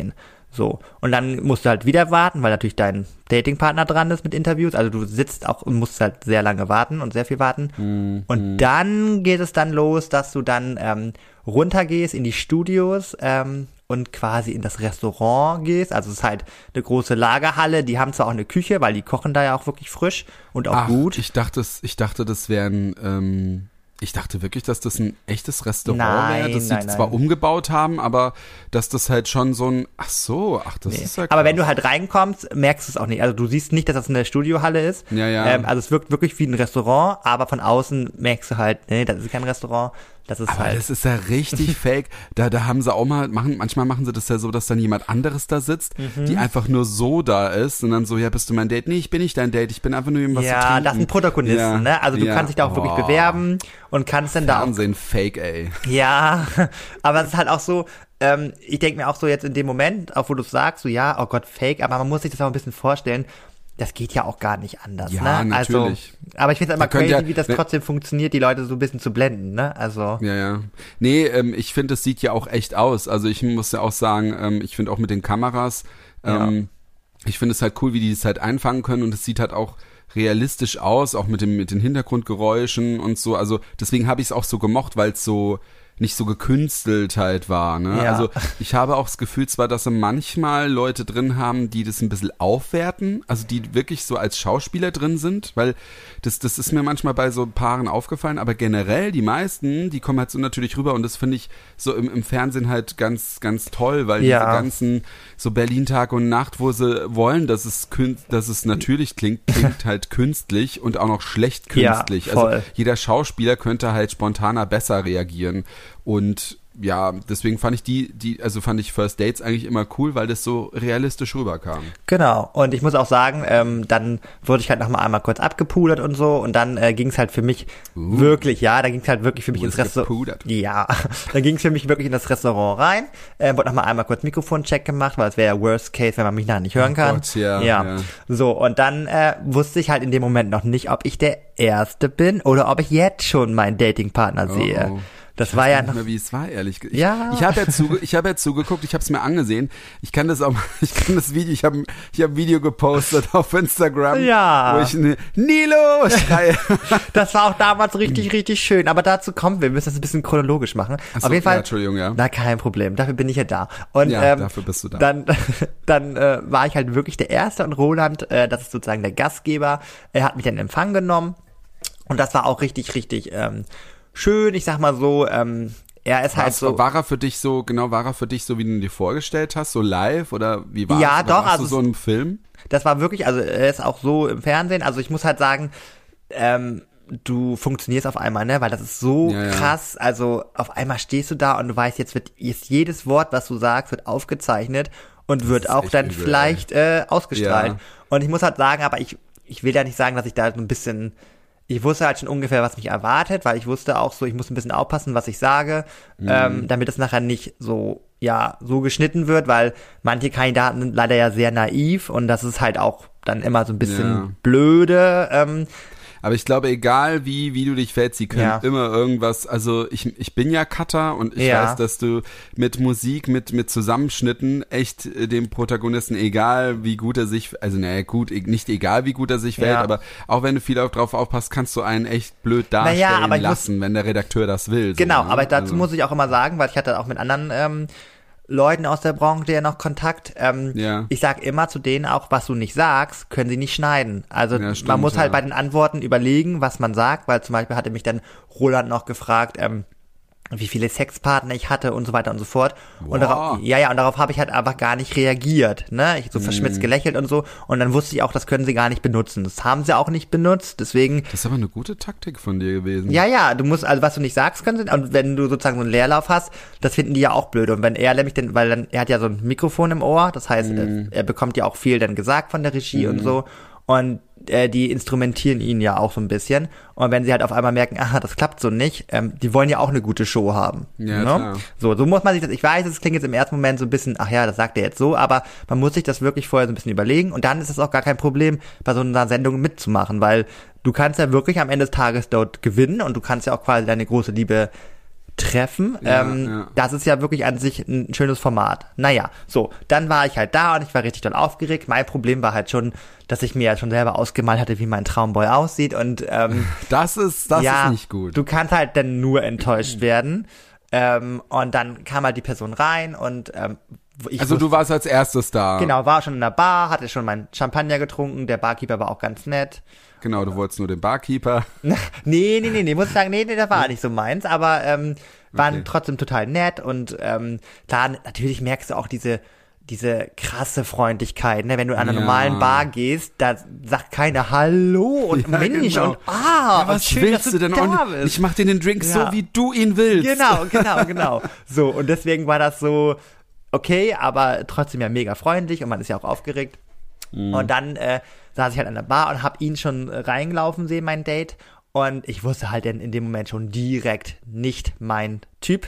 So. Und dann musst du halt wieder warten, weil natürlich dein Datingpartner dran ist mit Interviews. Also du sitzt auch und musst halt sehr lange warten und sehr viel warten. Mhm. Und dann geht es dann los, dass du dann ähm, runtergehst in die Studios ähm, und quasi in das Restaurant gehst. Also es ist halt eine große Lagerhalle. Die haben zwar auch eine Küche, weil die kochen da ja auch wirklich frisch und auch Ach, gut. Ich dachte, ich dachte, das wären... Ähm Ich dachte wirklich, dass das ein echtes Restaurant wäre, dass sie nein, zwar nein. umgebaut haben, aber dass das halt schon so ein, ach so, ach, das Nee. ist ja krass. Aber wenn du halt reinkommst, merkst du es auch nicht. Also du siehst nicht, dass das eine Studiohalle ist. Ja, ja. Ähm, also es wirkt wirklich wie ein Restaurant, aber von außen merkst du halt, nee, das ist kein Restaurant. Das ist Aber halt. das ist ja richtig fake. Da, da haben sie auch mal, machen, manchmal machen sie das ja so, dass dann jemand anderes da sitzt, Mhm. die einfach nur so da ist und dann so, ja, bist du mein Date? Nee, ich bin nicht dein Date, ich bin einfach nur jemand was zu ja, trinken. das sind Protagonisten, Ja, ne? Also du ja. kannst dich da auch wirklich Oh. bewerben und kannst dann da auch. Fernsehen fake, ey. Ja, aber es ist halt auch so, ähm, ich denke mir auch so jetzt in dem Moment, auch wo du sagst, so ja, oh Gott, fake, aber man muss sich das auch ein bisschen vorstellen, das geht ja auch gar nicht anders, Ja, ne? natürlich. Also, aber ich finde es immer Da könnt crazy, ihr- wie das ne- trotzdem funktioniert, die Leute so ein bisschen zu blenden, ne? Also. Ja, ja. Nee, ähm, ich finde, es sieht ja auch echt aus. Also ich muss ja auch sagen, ähm, ich finde auch mit den Kameras, ähm, ich finde es halt cool, wie die es halt einfangen können und es sieht halt auch realistisch aus, auch mit dem mit den Hintergrundgeräuschen und so. Also deswegen habe ich es auch so gemocht, weil es so nicht so gekünstelt halt war, ne? Ja. Also ich habe auch das Gefühl zwar, dass sie manchmal Leute drin haben, die das ein bisschen aufwerten, also die wirklich so als Schauspieler drin sind, weil das, das ist mir manchmal bei so Paaren aufgefallen, aber generell die meisten, die kommen halt so natürlich rüber und das finde ich so im, im Fernsehen halt ganz, ganz toll, weil Ja. diese ganzen so Berlin Tag und Nacht, wo sie wollen, dass es kün- dass es natürlich klingt, klingt halt künstlich und auch noch schlecht Ja, künstlich. voll. Also jeder Schauspieler könnte halt spontaner besser reagieren. Und ja, deswegen fand ich die, die, also fand ich First Dates eigentlich immer cool, weil das so realistisch rüberkam. Genau, und ich muss auch sagen, ähm, dann wurde ich halt noch mal einmal kurz abgepudert und so und dann äh, ging es halt für mich Uh. wirklich, ja, da ging es halt wirklich für mich Wurdest ins Restaurant. gepudert? Ja, dann ging es für mich wirklich in das Restaurant rein, äh, wurde noch mal einmal kurz Mikrofoncheck gemacht, weil es wäre ja Worst Case, wenn man mich nachher nicht hören kann. Gott, ja, ja. ja. So, und dann äh, wusste ich halt in dem Moment noch nicht, ob ich der Erste bin oder ob ich jetzt schon meinen Datingpartner Oh, sehe. oh. Das Ich war weiß ja gar nicht noch. mehr, wie es war, ehrlich gesagt. Ich, Ja. ich habe ja, zuge ich hab ja zugeguckt, ich habe es mir angesehen. Ich kann das auch, ich kann das Video, ich habe ich hab ein Video gepostet auf Instagram, Ja. wo ich ne, Nilo schreie. Das war auch damals richtig, richtig schön. Aber dazu kommen wir. Wir müssen das ein bisschen chronologisch machen. Ach so, Auf jeden Fall. ja, Entschuldigung, ja. Na, kein Problem. Dafür bin ich ja da. Und Ja, ähm, dafür bist du da. Dann, dann äh, war ich halt wirklich der Erste und Roland, äh, das ist sozusagen der Gastgeber, er hat mich dann in Empfang genommen. Und das war auch richtig, richtig ähm, schön. Ich sag mal so, ähm, er ist halt Was, so. war er für dich so, genau, war er für dich so, wie du ihn dir vorgestellt hast, so live oder wie war Ja, es? Oder doch, warst also du so im Film? Das war wirklich, also er ist auch so im Fernsehen. Also ich muss halt sagen, ähm, du funktionierst auf einmal, ne, weil das ist so Ja, ja. krass. Also auf einmal stehst du da und du weißt, jetzt wird jetzt jedes Wort, was du sagst, wird aufgezeichnet und wird ist auch echt dann übel, vielleicht äh, ausgestrahlt. Ja. Und ich muss halt sagen, aber ich ich will ja nicht sagen, dass ich da so ein bisschen, ich wusste halt schon ungefähr, was mich erwartet, weil ich wusste auch so, ich muss ein bisschen aufpassen, was ich sage, Mhm. ähm, damit es nachher nicht so, ja, so geschnitten wird, weil manche Kandidaten sind leider ja sehr naiv und das ist halt auch dann immer so ein bisschen Ja. blöde. Ähm, Aber ich glaube, egal wie, wie du dich verhältst, sie können Ja. immer irgendwas, also ich, ich bin ja Cutter und ich Ja. weiß, dass du mit Musik, mit, mit Zusammenschnitten echt äh, dem Protagonisten, egal wie gut er sich, also naja gut, e- nicht egal wie gut er sich verhält, Ja. aber auch wenn du viel auch drauf aufpasst, kannst du einen echt blöd darstellen Naja, aber ich muss- lassen, wenn der Redakteur das will. So, Genau, ne? aber dazu also, muss ich auch immer sagen, weil ich hatte auch mit anderen ähm, Leuten aus der Branche ja noch Kontakt. Ähm, Ja. Ich sag immer zu denen auch, was du nicht sagst, können sie nicht schneiden. Also Ja, stimmt, man muss halt ja. bei den Antworten überlegen, was man sagt, weil zum Beispiel hatte mich dann Roland noch gefragt, ähm, wie viele Sexpartner ich hatte und so weiter und so fort. Und Wow. darauf, ja, ja, und darauf habe ich halt einfach gar nicht reagiert, ne? Ich so verschmitzt Mhm. gelächelt und so. Und dann wusste ich auch, das können sie gar nicht benutzen. Das haben sie auch nicht benutzt, deswegen Das ist aber eine gute Taktik von dir gewesen. ja, ja, du musst, also was du nicht sagst, können sie, und wenn du sozusagen so einen Leerlauf hast, das finden die ja auch blöd. Und wenn er nämlich den, weil dann, er hat ja so ein Mikrofon im Ohr, das heißt, Mhm. er, er bekommt ja auch viel dann gesagt von der Regie und so. Und äh, die instrumentieren ihn ja auch so ein bisschen. Und wenn sie halt auf einmal merken, aha, das klappt so nicht, ähm, die wollen ja auch eine gute Show haben. Ja, ne? klar. So, so muss man sich das, ich weiß, es klingt jetzt im ersten Moment so ein bisschen, ach ja, das sagt er jetzt so, aber man muss sich das wirklich vorher so ein bisschen überlegen und dann ist es auch gar kein Problem, bei so einer Sendung mitzumachen, weil du kannst ja wirklich am Ende des Tages dort gewinnen und du kannst ja auch quasi deine große Liebe treffen. Ja, ähm, ja. Das ist ja wirklich an sich ein schönes Format. Naja, so, dann war ich halt da und ich war richtig doll aufgeregt. Mein Problem war halt schon, dass ich mir ja schon selber ausgemalt hatte, wie mein Traumboy aussieht und ähm, Das ist, das ja, ist nicht gut. Du kannst halt dann nur enttäuscht werden. Ähm, und dann kam halt die Person rein und ähm, ich also wusste, du warst als erstes da. genau, war schon in der Bar, hatte schon meinen Champagner getrunken, der Barkeeper war auch ganz nett. Genau, du wolltest nur den Barkeeper. nee, nee, nee, nee, muss ich sagen, nee, nee, das war nicht so meins, aber ähm, waren Okay. trotzdem total nett und ähm, klar, natürlich merkst du auch diese diese krasse Freundlichkeit, ne? Wenn du an einer Ja. normalen Bar gehst, da sagt keiner Hallo und Ja, Mensch genau. und ah, Ja, was und schön, willst dass du denn da auch bist. nicht? Ich mach dir den Drink Ja. so, wie du ihn willst. Genau, genau, genau. So, und deswegen war das so okay, aber trotzdem ja mega freundlich und man ist ja auch aufgeregt. Mhm. Und dann äh, saß ich halt an der Bar und hab ihn schon äh, reingelaufen sehen, mein Date. Und ich wusste halt in, in dem Moment schon direkt nicht mein Typ.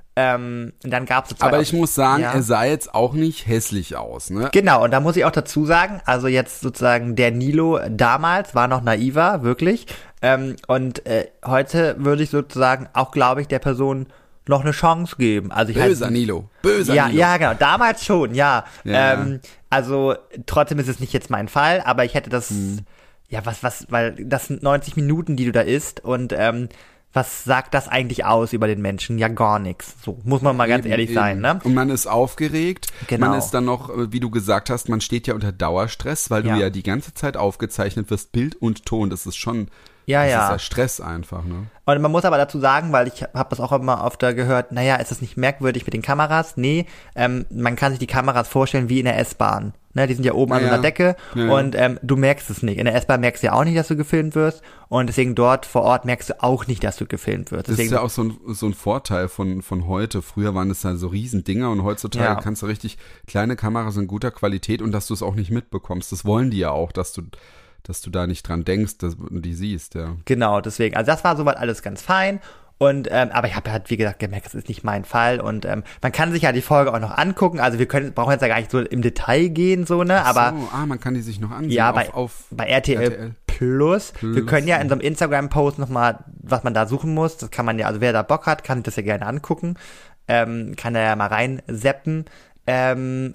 Ähm, und dann gab's so zwei Aber ich muss sagen, ja. er sah jetzt auch nicht hässlich aus, ne? Genau, und da muss ich auch dazu sagen, also jetzt sozusagen der Nilo damals war noch naiver, wirklich. Ähm, und äh, heute würde ich sozusagen auch, glaube ich, der Person noch eine Chance geben. Also ich Böser halt, Nilo, böser ja, Nilo. ja, genau, damals schon, ja. Ja. Ähm, also trotzdem ist es nicht jetzt mein Fall, aber ich hätte das, Hm. ja, was, was, weil das sind neunzig Minuten, die du da isst und ähm, was sagt das eigentlich aus über den Menschen? Ja, gar nichts. So, muss man mal ganz Eben, ehrlich eben. sein, ne? Und man ist aufgeregt. Genau. Man ist dann noch, äh, wie du gesagt hast, man steht ja unter Dauerstress, weil Ja. du ja die ganze Zeit aufgezeichnet wirst, Bild und Ton. Das ist schon, Ja, das ja. ist ja Stress einfach, ne? Und man muss aber dazu sagen, weil ich habe das auch immer öfter gehört, naja, ist das nicht merkwürdig mit den Kameras? Nee, ähm, man kann sich die Kameras vorstellen wie in der S-Bahn. Ne, die sind ja oben an Ja, so einer Decke ja, ja. und ähm, du merkst es nicht. In der S-Bahn merkst du ja auch nicht, dass du gefilmt wirst und deswegen dort vor Ort merkst du auch nicht, dass du gefilmt wirst. Das Deswegen, ist ja auch so ein, so ein Vorteil von, von heute. Früher waren es ja so Riesendinger und heutzutage Ja. kannst du richtig kleine Kameras in guter Qualität und dass du es auch nicht mitbekommst. Das wollen die ja auch, dass du, dass du da nicht dran denkst dass, und die siehst, ja. Genau, deswegen. Also das war soweit alles ganz fein. Und ähm, aber ich habe halt, wie gesagt, gemerkt, das ist nicht mein Fall. Und ähm, man kann sich ja die Folge auch noch angucken. Also wir können brauchen jetzt ja gar nicht so im Detail gehen, so, ne? Aber so, ah, man kann die sich noch ansehen. ja, auf, bei, auf bei R T L, R T L. Plus. Plus. Wir können ja in so einem Instagram-Post nochmal, was man da suchen muss. Das kann man ja, also wer da Bock hat, kann das ja gerne angucken. Ähm, kann da ja mal rein zappen. Ähm,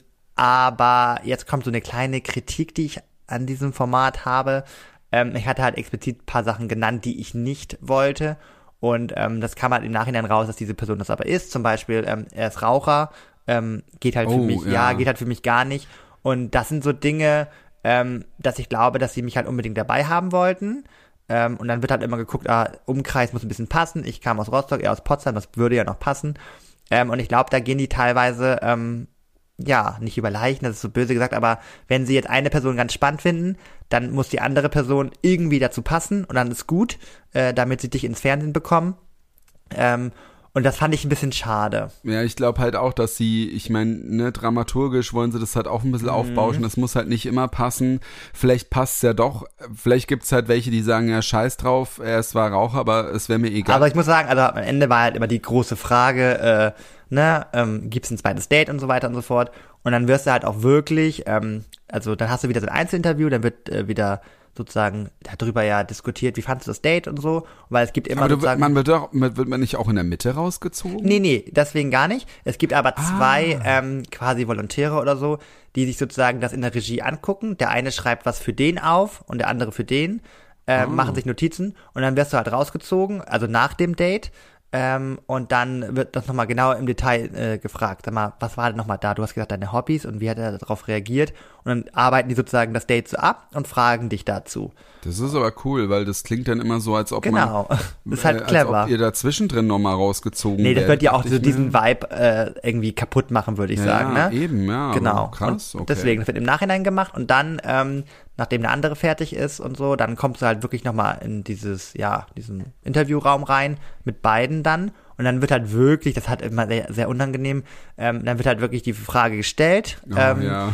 aber jetzt kommt so eine kleine Kritik, die ich an diesem Format habe. Ähm, ich hatte halt explizit ein paar Sachen genannt, die ich nicht wollte. Und ähm, das kam halt im Nachhinein raus, dass diese Person das aber ist. Zum Beispiel, ähm, er ist Raucher, ähm, geht halt für Oh, mich, ja. ja. geht halt für mich gar nicht. Und das sind so Dinge, ähm, dass ich glaube, dass sie mich halt unbedingt dabei haben wollten. Ähm, und dann wird halt immer geguckt, ah, Umkreis muss ein bisschen passen. Ich kam aus Rostock, er aus Potsdam, das würde ja noch passen. Ähm, und ich glaube, da gehen die teilweise, ähm, ja, nicht über Leichen, das ist so böse gesagt, aber wenn sie jetzt eine Person ganz spannend finden, dann muss die andere Person irgendwie dazu passen und dann ist gut, äh, damit sie dich ins Fernsehen bekommen. Ähm, und das fand ich ein bisschen schade. Ja, ich glaube halt auch, dass sie, ich meine, ne, dramaturgisch wollen sie das halt auch ein bisschen aufbauschen. Das muss halt nicht immer passen. Vielleicht passt's ja doch. Vielleicht gibt's halt welche, die sagen, ja, scheiß drauf, er ist zwar Raucher, aber es wäre mir egal. Aber ich muss sagen, also am Ende war halt immer die große Frage, äh, ne, ähm, gibt's ein zweites Date und so weiter und so fort. Und dann wirst du halt auch wirklich, ähm, also dann hast du wieder so ein Einzelinterview, dann wird äh, wieder sozusagen darüber ja diskutiert, wie fandst du das Date und so, weil es gibt immer aber du, sozusagen... man wird doch, man- wird man nicht auch in der Mitte rausgezogen? Nee, nee, deswegen gar nicht. Es gibt aber zwei Ah. ähm, quasi Volontäre oder so, die sich sozusagen das in der Regie angucken. Der eine schreibt was für den auf und der andere für den, äh, Oh. machen sich Notizen und dann wirst du halt rausgezogen, also nach dem Date. Ähm, und dann wird das nochmal genau im Detail äh, gefragt. Sag mal, was war denn nochmal da? Du hast gesagt, deine Hobbys und wie hat er darauf reagiert? Und dann arbeiten die sozusagen das Date so ab und fragen dich dazu. Das ist aber cool, weil das klingt dann immer so, als ob Genau. man... Das ist halt äh, clever. Als ob ihr da zwischendrin nochmal rausgezogen Nee, das werdet, wird ja auch dachte so ich diesen mir. Vibe äh, irgendwie kaputt machen, würde ich Ja, sagen. ja, Ne? eben, ja. Genau. Aber krass, Und okay. deswegen, das wird im Nachhinein gemacht und dann, ähm, nachdem der andere fertig ist und so, dann kommst du halt wirklich nochmal in dieses, ja, diesen Interviewraum rein mit beiden dann und dann wird halt wirklich, das hat immer sehr, sehr unangenehm, ähm, dann wird halt wirklich die Frage gestellt, Oh, ähm, ja.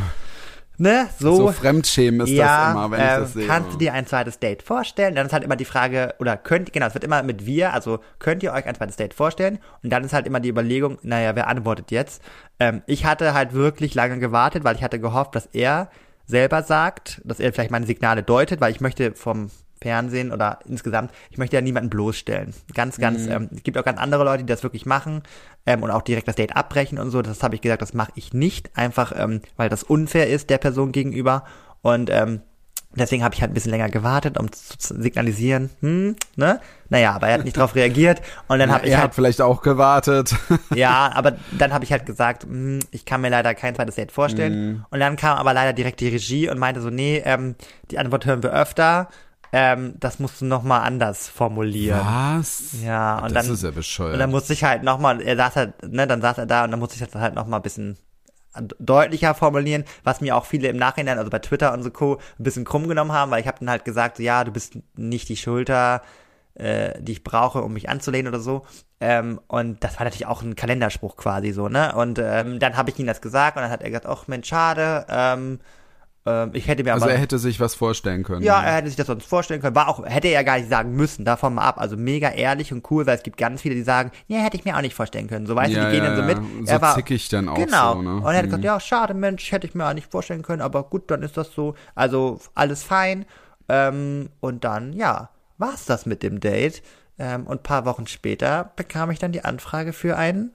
ne, So, so, Fremdschämen ist ja, das immer, wenn ich ähm, das sehe. kannst du dir ein zweites Date vorstellen? Dann ist halt immer die Frage, oder könnt, genau, es wird immer mit wir, also könnt ihr euch ein zweites Date vorstellen? Und dann ist halt immer die Überlegung, naja, wer antwortet jetzt? Ähm, ich hatte halt wirklich lange gewartet, weil ich hatte gehofft, dass er selber sagt, dass er vielleicht meine Signale deutet, weil ich möchte vom Fernsehen oder insgesamt, ich möchte ja niemanden bloßstellen. Ganz, ganz, mhm. ähm, es gibt auch ganz andere Leute, die das wirklich machen ähm, und auch direkt das Date abbrechen und so. Das habe ich gesagt, das mache ich nicht, einfach ähm, weil das unfair ist der Person gegenüber und ähm, deswegen habe ich halt ein bisschen länger gewartet, um zu signalisieren, hm, ne? Naja, aber er hat nicht drauf reagiert und dann habe ja, ich er halt hat vielleicht auch gewartet. ja, aber dann habe ich halt gesagt, hm, ich kann mir leider kein zweites Date vorstellen. Mm. Und dann kam aber leider direkt die Regie und meinte so, nee, ähm, die Antwort hören wir öfter. Ähm, das musst du nochmal anders formulieren. Was? Ja, und das dann, ist ja bescheuert. Und dann musste ich halt nochmal, er saß halt, ne, dann saß er da und dann musste ich das halt nochmal ein bisschen deutlicher formulieren, was mir auch viele im Nachhinein, also bei Twitter und so Co. ein bisschen krumm genommen haben, weil ich habe dann halt gesagt, so, ja, du bist nicht die Schulter, äh, die ich brauche, um mich anzulehnen oder so. Ähm, und das war natürlich auch ein Kalenderspruch quasi so, ne? Und ähm, dann habe ich ihm das gesagt und dann hat er gesagt, ach Mensch, schade, ähm, Ich hätte mir also aber, er hätte sich was vorstellen können. Ja, er hätte sich das sonst vorstellen können. War auch, hätte er gar nicht sagen müssen, davon mal ab. Also mega ehrlich und cool, weil es gibt ganz viele, die sagen, ja, hätte ich mir auch nicht vorstellen können. So, weißt ja, du, die gehen ja, dann so mit. So er war, zickig dann auch genau. so, ne? Und er hat hm. gesagt, ja, schade, Mensch, hätte ich mir auch nicht vorstellen können, aber gut, dann ist das so. Also alles fein. Ähm, und dann, ja, war's das mit dem Date. Ähm, und ein paar Wochen später bekam ich dann die Anfrage für ein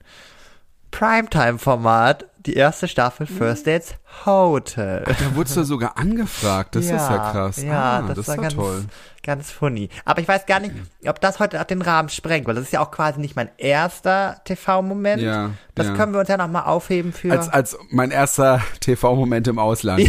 Primetime-Format, die erste Staffel First Dates Hotel. Ach, da wurdest du sogar angefragt, das ja, ist ja krass. Ja, ah, das, das war ist ja ganz, toll. ganz funny. Aber ich weiß gar nicht, ob das heute auch den Rahmen sprengt, weil das ist ja auch quasi nicht mein erster T V-Moment. Ja, das ja. können wir uns ja nochmal aufheben für... Als, als mein erster T V-Moment im Ausland.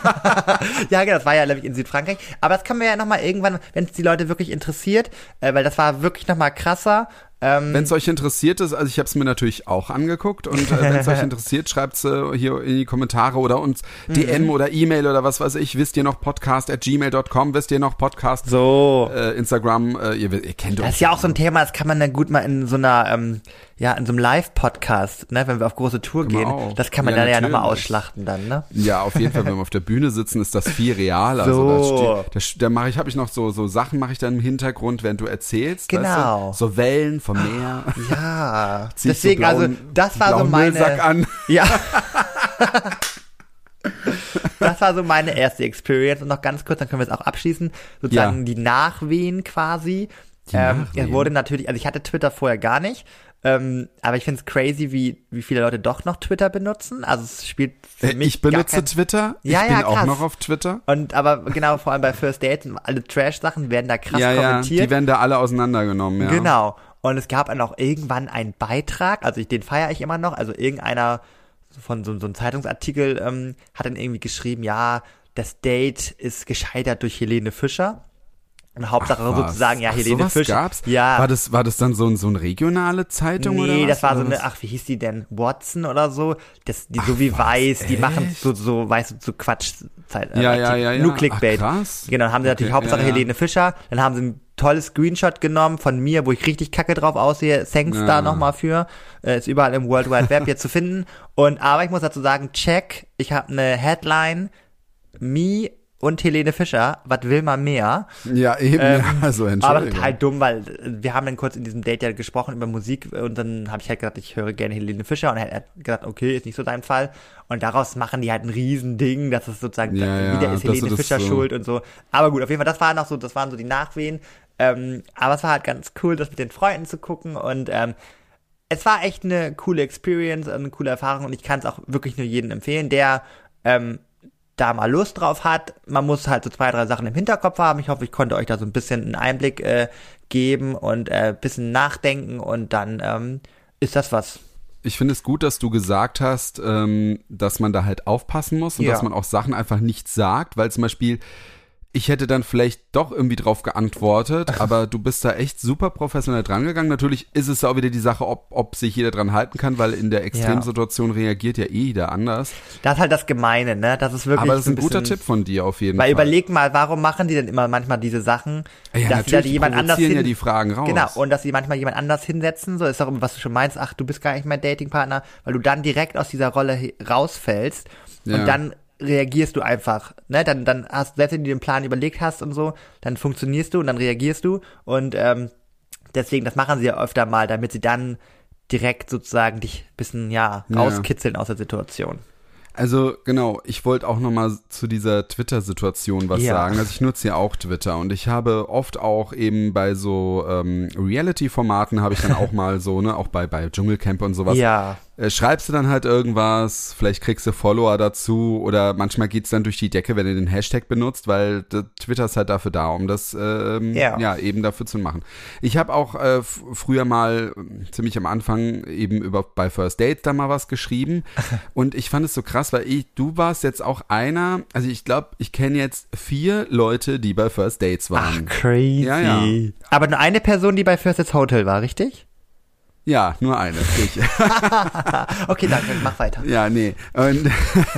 ja, genau, das war ja, glaube ich, in Südfrankreich. Aber das können wir ja nochmal irgendwann, wenn es die Leute wirklich interessiert, äh, weil das war wirklich nochmal krasser. Ähm, wenn es euch interessiert ist, also ich habe es mir natürlich auch angeguckt und äh, wenn es euch interessiert, schreibt's äh, hier in die Kommentare oder uns D M mhm. oder E-Mail oder was weiß ich, wisst ihr noch podcast at gmail dot com, wisst ihr noch Podcast, so äh, Instagram, äh, ihr, ihr kennt das uns. ist ja auch so ein Thema, das kann man dann gut mal in so einer, ähm, ja, in so einem Live-Podcast, ne, wenn wir auf große Tour gehen, auch. das kann man ja, dann natürlich. ja nochmal ausschlachten dann, ne? Ja, auf jeden Fall, wenn wir auf der Bühne sitzen, ist das viel realer. So. Also da, da, da mache ich, habe ich noch so so Sachen mache ich dann im Hintergrund, während du erzählst, genau. Weißt du? So Wellen vom Meer. Ja, Ziehst deswegen, so blauen, also das war so meine. Müllsack an. Ja. Das war so meine erste Experience und noch ganz kurz, dann können wir es auch abschließen, sozusagen ja. die Nachwehen quasi. Die ähm, Nachwehen. Es wurde natürlich, also ich hatte Twitter vorher gar nicht, ähm, aber ich finde es crazy, wie wie viele Leute doch noch Twitter benutzen. Also es spielt für mich Ich benutze gar kein... Twitter, ja, ich bin ja, auch krass. noch auf Twitter. Und aber genau, vor allem bei First Dates, alle Trash-Sachen werden da krass ja, kommentiert. Ja, die werden da alle auseinandergenommen, ja. Genau. Und es gab dann auch irgendwann einen Beitrag, also ich, den feiere ich immer noch, also irgendeiner von so, so einem Zeitungsartikel ähm, hat dann irgendwie geschrieben, ja, das Date ist gescheitert durch Helene Fischer. Und Hauptsache Ach, sozusagen, ja, ach, Helene sowas Fischer. Gab's? Ja. War das, war das dann so, ein, so eine regionale Zeitung nee, oder was? Nee, das war oder so eine, was? ach, wie hieß die denn? Watson oder so? Das, die Ach, so wie was, Weiß, die echt? machen so, so, weißt du, so Quatsch. Zeit, ja, äh, ja, ja, ja. Nur Clickbait. Ach, krass. Genau, dann haben sie natürlich okay, Hauptsache ja, ja. Helene Fischer. Dann haben sie ein tolles Screenshot genommen von mir, wo ich richtig kacke drauf aussehe. Thanks Ja. da nochmal für. Äh, ist überall im World Wide Web jetzt zu finden. Und, aber ich muss dazu sagen, check, ich habe eine Headline, me und Helene Fischer, was will man mehr? Ja, eben, Ähm, ja, also Aber Entschuldigung. total dumm, weil wir haben dann kurz in diesem Date ja gesprochen über Musik und dann habe ich halt gesagt, ich höre gerne Helene Fischer und er hat gesagt, okay, ist nicht so dein Fall. Und daraus machen die halt ein Riesending, dass es sozusagen, Ja, ja, wieder ist dass Helene du das Fischer so- schuld und so. Aber gut, auf jeden Fall, das war noch so, das waren so die Nachwehen. Ähm, aber es war halt ganz cool, das mit den Freunden zu gucken und ähm, es war echt eine coole Experience, eine coole Erfahrung und ich kann es auch wirklich nur jedem empfehlen, der ähm, da mal Lust drauf hat. Man muss halt so zwei, drei Sachen im Hinterkopf haben. Ich hoffe, ich konnte euch da so ein bisschen einen Einblick äh, geben und äh, ein bisschen nachdenken und dann ähm, ist das was. Ich finde es gut, dass du gesagt hast, ähm, dass man da halt aufpassen muss und Ja. dass man auch Sachen einfach nicht sagt, weil zum Beispiel ich hätte dann vielleicht doch irgendwie drauf geantwortet, aber du bist da echt super professionell drangegangen. Natürlich ist es auch wieder die Sache, ob, ob sich jeder dran halten kann, weil in der Extremsituation reagiert ja eh jeder anders. Das ist halt das Gemeine, ne? Das ist wirklich Aber das ist so ein guter bisschen, Tipp von dir auf jeden Weil Fall. überleg mal, warum machen die denn immer manchmal diese Sachen, ja, dass sie da natürlich, jemand die anders provozieren hin... ja die Fragen raus. Genau, und dass sie manchmal jemand anders hinsetzen, so ist auch, was du schon meinst, ach, du bist gar nicht mein Datingpartner, weil du dann direkt aus dieser Rolle he- rausfällst Ja. und dann reagierst du einfach, ne, dann, dann hast, selbst wenn du den Plan überlegt hast und so, dann funktionierst du und dann reagierst du und ähm, deswegen, das machen sie ja öfter mal, damit sie dann direkt sozusagen dich ein bisschen, ja, Ja. rauskitzeln aus der Situation. Also genau, ich wollte auch nochmal zu dieser Twitter-Situation was Ja. sagen. Also ich nutze ja auch Twitter und ich habe oft auch eben bei so ähm, Reality-Formaten habe ich dann auch mal so, ne, auch bei, bei Dschungelcamp und sowas, Ja. äh, schreibst du dann halt irgendwas, vielleicht kriegst du Follower dazu oder manchmal geht's dann durch die Decke, wenn du den Hashtag benutzt, weil d- Twitter ist halt dafür da, um das ähm, Ja. ja eben dafür zu machen. Ich habe auch äh, f- früher mal äh, ziemlich am Anfang eben über bei First Dates da mal was geschrieben und ich fand es so krass, weil ich, du warst jetzt auch einer, also ich glaube, ich kenne jetzt vier Leute, die bei First Dates Ach, waren. crazy. Ja, ja. Aber nur eine Person, die bei First Dates Hotel war, richtig? Ja, nur eine. Ich. Okay, danke, mach weiter. Ja, nee. Und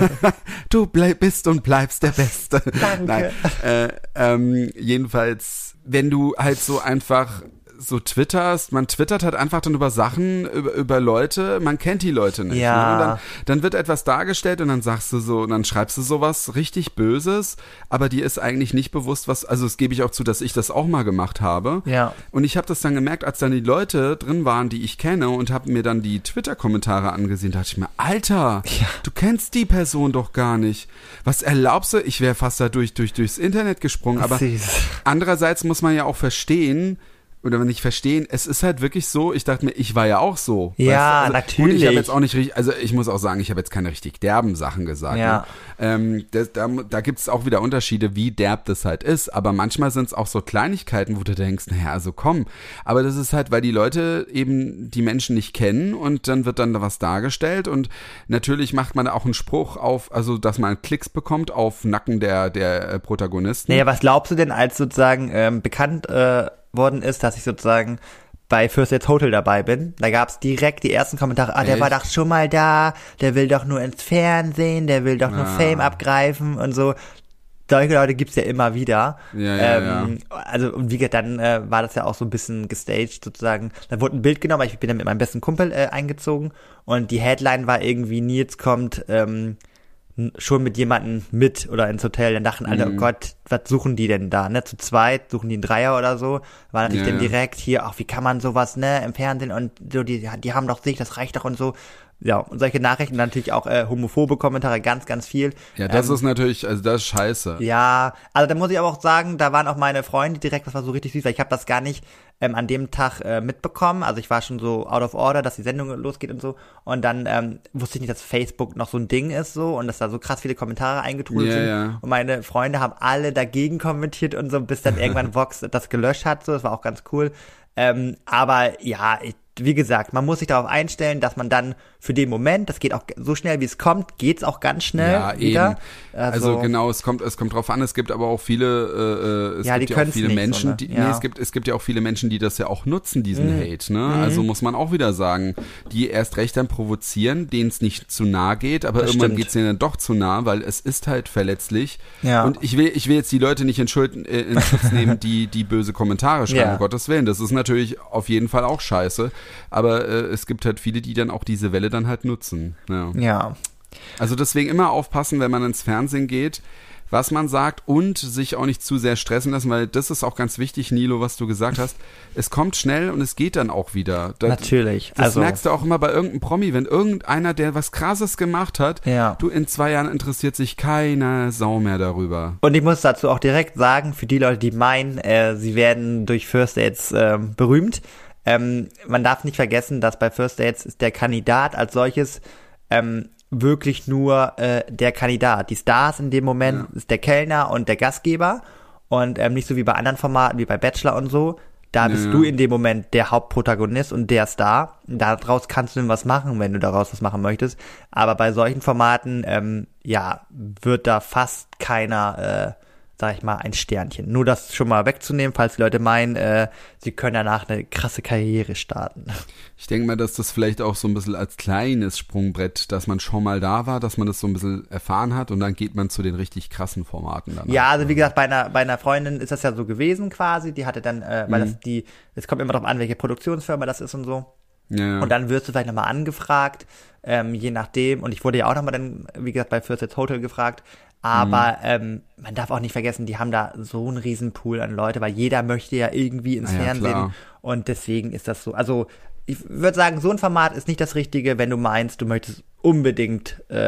du bleib, bist und bleibst der Beste. Danke. Nein. Äh, ähm, jedenfalls, wenn du halt so einfach so twitterst, man twittert halt einfach dann über Sachen, über, über Leute, man kennt die Leute nicht. Ja. Ne? Und dann, dann wird etwas dargestellt und dann sagst du so, und dann schreibst du sowas richtig Böses, aber dir ist eigentlich nicht bewusst, was, also das gebe ich auch zu, dass ich das auch mal gemacht habe. Ja. Und ich habe das dann gemerkt, als dann die Leute drin waren, die ich kenne und habe mir dann die Twitter-Kommentare angesehen, dachte ich mir, Alter, Ja. du kennst die Person doch gar nicht. Was erlaubst du? Ich wäre fast da durch, durch, durchs Internet gesprungen, aber Süß. andererseits muss man ja auch verstehen, oder wenn nicht verstehen, es ist halt wirklich so, ich dachte mir, ich war ja auch so. Ja, also, natürlich. Gut, ich habe jetzt auch nicht richtig, also ich muss auch sagen, ich habe jetzt keine richtig derben Sachen gesagt. Ja. Ne? Ähm, das, da da gibt es auch wieder Unterschiede, wie derb das halt ist, aber manchmal sind es auch so Kleinigkeiten, wo du denkst, naja, also komm. Aber das ist halt, weil die Leute eben die Menschen nicht kennen und dann wird dann da was dargestellt und natürlich macht man da auch einen Spruch auf, also dass man Klicks bekommt auf Nacken der, der äh, Protagonisten. Naja, was glaubst du denn, als sozusagen ähm, bekannt äh, worden ist, dass ich sozusagen bei First Dates Hotel dabei bin? Da gab's direkt die ersten Kommentare, ah, der Echt? war doch schon mal da, der will doch nur ins Fernsehen, der will doch nur Ah. Fame abgreifen und so. Solche Leute gibt's ja immer wieder. Ja, ja, ähm, Also, und wie gesagt, dann äh, war das ja auch so ein bisschen gestaged sozusagen. Dann wurde ein Bild genommen, weil ich bin dann mit meinem besten Kumpel äh, eingezogen und die Headline war irgendwie, Nils kommt ähm, n- schon mit jemandem mit oder ins Hotel. Dann dachten alle, Mhm. oh Gott, was suchen die denn da, ne? Zu zweit, suchen die einen Dreier oder so. War natürlich Ja, dann ja. direkt hier, ach, wie kann man sowas, ne, im Fernsehen und so, die, die haben doch sich, das reicht doch und so. Ja, und solche Nachrichten, natürlich auch äh, homophobe Kommentare, ganz, ganz viel. Ja, das Ähm, ist natürlich, also das ist scheiße. ja, also da muss ich aber auch sagen, da waren auch meine Freunde direkt, das war so richtig süß, weil ich habe das gar nicht ähm, an dem Tag äh, mitbekommen. Also ich war schon so out of order, dass die Sendung losgeht und so. Und dann ähm, wusste ich nicht, dass Facebook noch so ein Ding ist so und dass da so krass viele Kommentare eingetrudelt Ja, sind. ja. Und meine Freunde haben alle dagegen kommentiert und so, bis dann irgendwann Vox das gelöscht hat. So, das war auch ganz cool. Ähm, aber ja, ich, wie gesagt, man muss sich darauf einstellen, dass man dann für den Moment, das geht auch so schnell, wie es kommt, geht's auch ganz schnell Ja, wieder. eben. Also, genau, es kommt, es kommt drauf an. Es gibt aber auch viele, äh, es Ja, gibt die ja auch können's viele nicht Menschen, so, ne? die, Ja. nee, es gibt, es gibt ja auch viele Menschen, die das ja auch nutzen, diesen Mhm. Hate, ne? Also muss man auch wieder sagen, die erst recht dann provozieren, denen es nicht zu nah geht, aber Das irgendwann stimmt. geht's denen dann doch zu nah, weil es ist halt verletzlich. Ja. Und ich will, ich will jetzt die Leute nicht in, Schuld, äh, in Schutz nehmen, die, die böse Kommentare schreiben, Ja. um Gottes Willen. Das ist natürlich auf jeden Fall auch scheiße. Aber äh, es gibt halt viele, die dann auch diese Welle dann halt nutzen. Ja. Ja. Also deswegen immer aufpassen, wenn man ins Fernsehen geht, was man sagt und sich auch nicht zu sehr stressen lassen, weil das ist auch ganz wichtig, Nilo, was du gesagt hast. Es kommt schnell und es geht dann auch wieder. Das, Natürlich. Das also, merkst du auch immer bei irgendeinem Promi, wenn irgendeiner, der was Krasses gemacht hat, Ja. du in zwei Jahren interessiert sich keine Sau mehr darüber. Und ich muss dazu auch direkt sagen, für die Leute, die meinen, äh, sie werden durch First Dates ähm, berühmt, ähm, man darf nicht vergessen, dass bei First Dates ist der Kandidat als solches ähm, wirklich nur äh, der Kandidat. Die Stars in dem Moment Ja. ist der Kellner und der Gastgeber und ähm, nicht so wie bei anderen Formaten, wie bei Bachelor und so. Da bist Ja. du in dem Moment der Hauptprotagonist und der Star. Daraus kannst du dann was machen, wenn du daraus was machen möchtest. Aber bei solchen Formaten, ähm, ja, wird da fast keiner, äh, sag ich mal, ein Sternchen. Nur das schon mal wegzunehmen, falls die Leute meinen, äh, sie können danach eine krasse Karriere starten. Ich denke mal, dass das vielleicht auch so ein bisschen als kleines Sprungbrett, dass man schon mal da war, dass man das so ein bisschen erfahren hat und dann geht man zu den richtig krassen Formaten danach. Ja, also wie gesagt, bei einer, bei einer Freundin ist das ja so gewesen quasi. Die hatte dann, äh, weil Mhm. das die, es kommt immer drauf an, welche Produktionsfirma das ist und so. Ja, ja. Und dann wirst du vielleicht nochmal angefragt, ähm, je nachdem. Und ich wurde ja auch nochmal dann, wie gesagt, bei First Dates Hotel gefragt. Aber Mhm. ähm, man darf auch nicht vergessen, die haben da so einen riesen Pool an Leute, weil jeder möchte ja irgendwie ins Ah ja, Fernsehen. klar. Und deswegen ist das so. Also ich würde sagen, so ein Format ist nicht das Richtige, wenn du meinst, du möchtest unbedingt äh,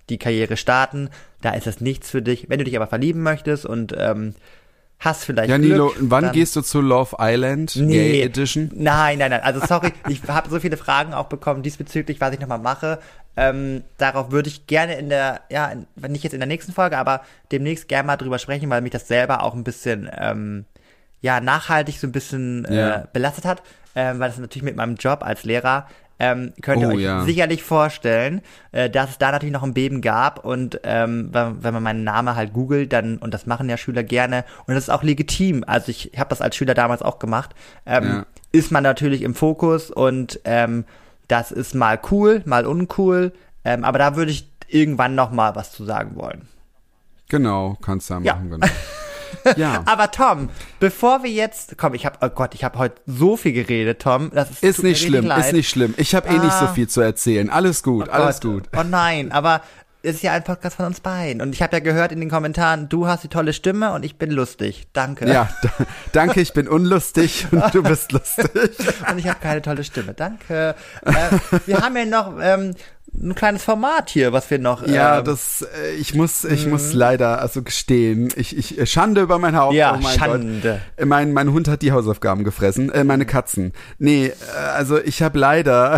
die Karriere starten, da ist das nichts für dich. Wenn du dich aber verlieben möchtest und ähm, hast vielleicht Ja, Glück, Nilo, wann dann, gehst du zu Love Island Nee. Gay Edition? Nein, nein, nein. Also sorry, ich habe so viele Fragen auch bekommen diesbezüglich, was ich nochmal mache. Ähm, darauf würde ich gerne in der, ja, in, nicht jetzt in der nächsten Folge, aber demnächst gerne mal drüber sprechen, weil mich das selber auch ein bisschen, ähm, ja, nachhaltig so ein bisschen Ja. äh, belastet hat, ähm, weil das natürlich mit meinem Job als Lehrer ähm, könnt ihr Oh, euch ja. sicherlich vorstellen, äh, dass es da natürlich noch ein Beben gab und ähm, wenn, wenn man meinen Namen halt googelt, dann, und das machen ja Schüler gerne und das ist auch legitim, also ich habe das als Schüler damals auch gemacht, ähm, Ja. ist man natürlich im Fokus und ähm, das ist mal cool, mal uncool, ähm, aber da würde ich irgendwann noch mal was zu sagen wollen. Genau, kannst du ja Ja. machen, genau. Ja. Aber Tom, bevor wir jetzt, komm, ich habe, oh Gott, ich habe heute so viel geredet, Tom. Das ist, Ist tut mir nicht richtig schlimm, leid. ist nicht schlimm. Ich habe eh nicht so Ah. viel zu erzählen. Alles gut, Oh alles Gott. gut. Oh nein, aber es ist ja ein Podcast von uns beiden. Und ich habe ja gehört in den Kommentaren, du hast die tolle Stimme und ich bin lustig. Danke. Ja, d- danke, ich bin unlustig und du bist lustig. Und ich habe keine tolle Stimme. Danke. Äh, wir haben ja noch ähm, ein kleines Format hier, was wir noch. Ja, ähm, das, äh, ich muss, ich muss leider also gestehen, ich, ich, äh, Schande über mein Haupt. Ja, oh mein Schande. Gott. Äh, Mein, mein Hund hat die Hausaufgaben gefressen, äh, meine Katzen. Nee, äh, also ich habe leider,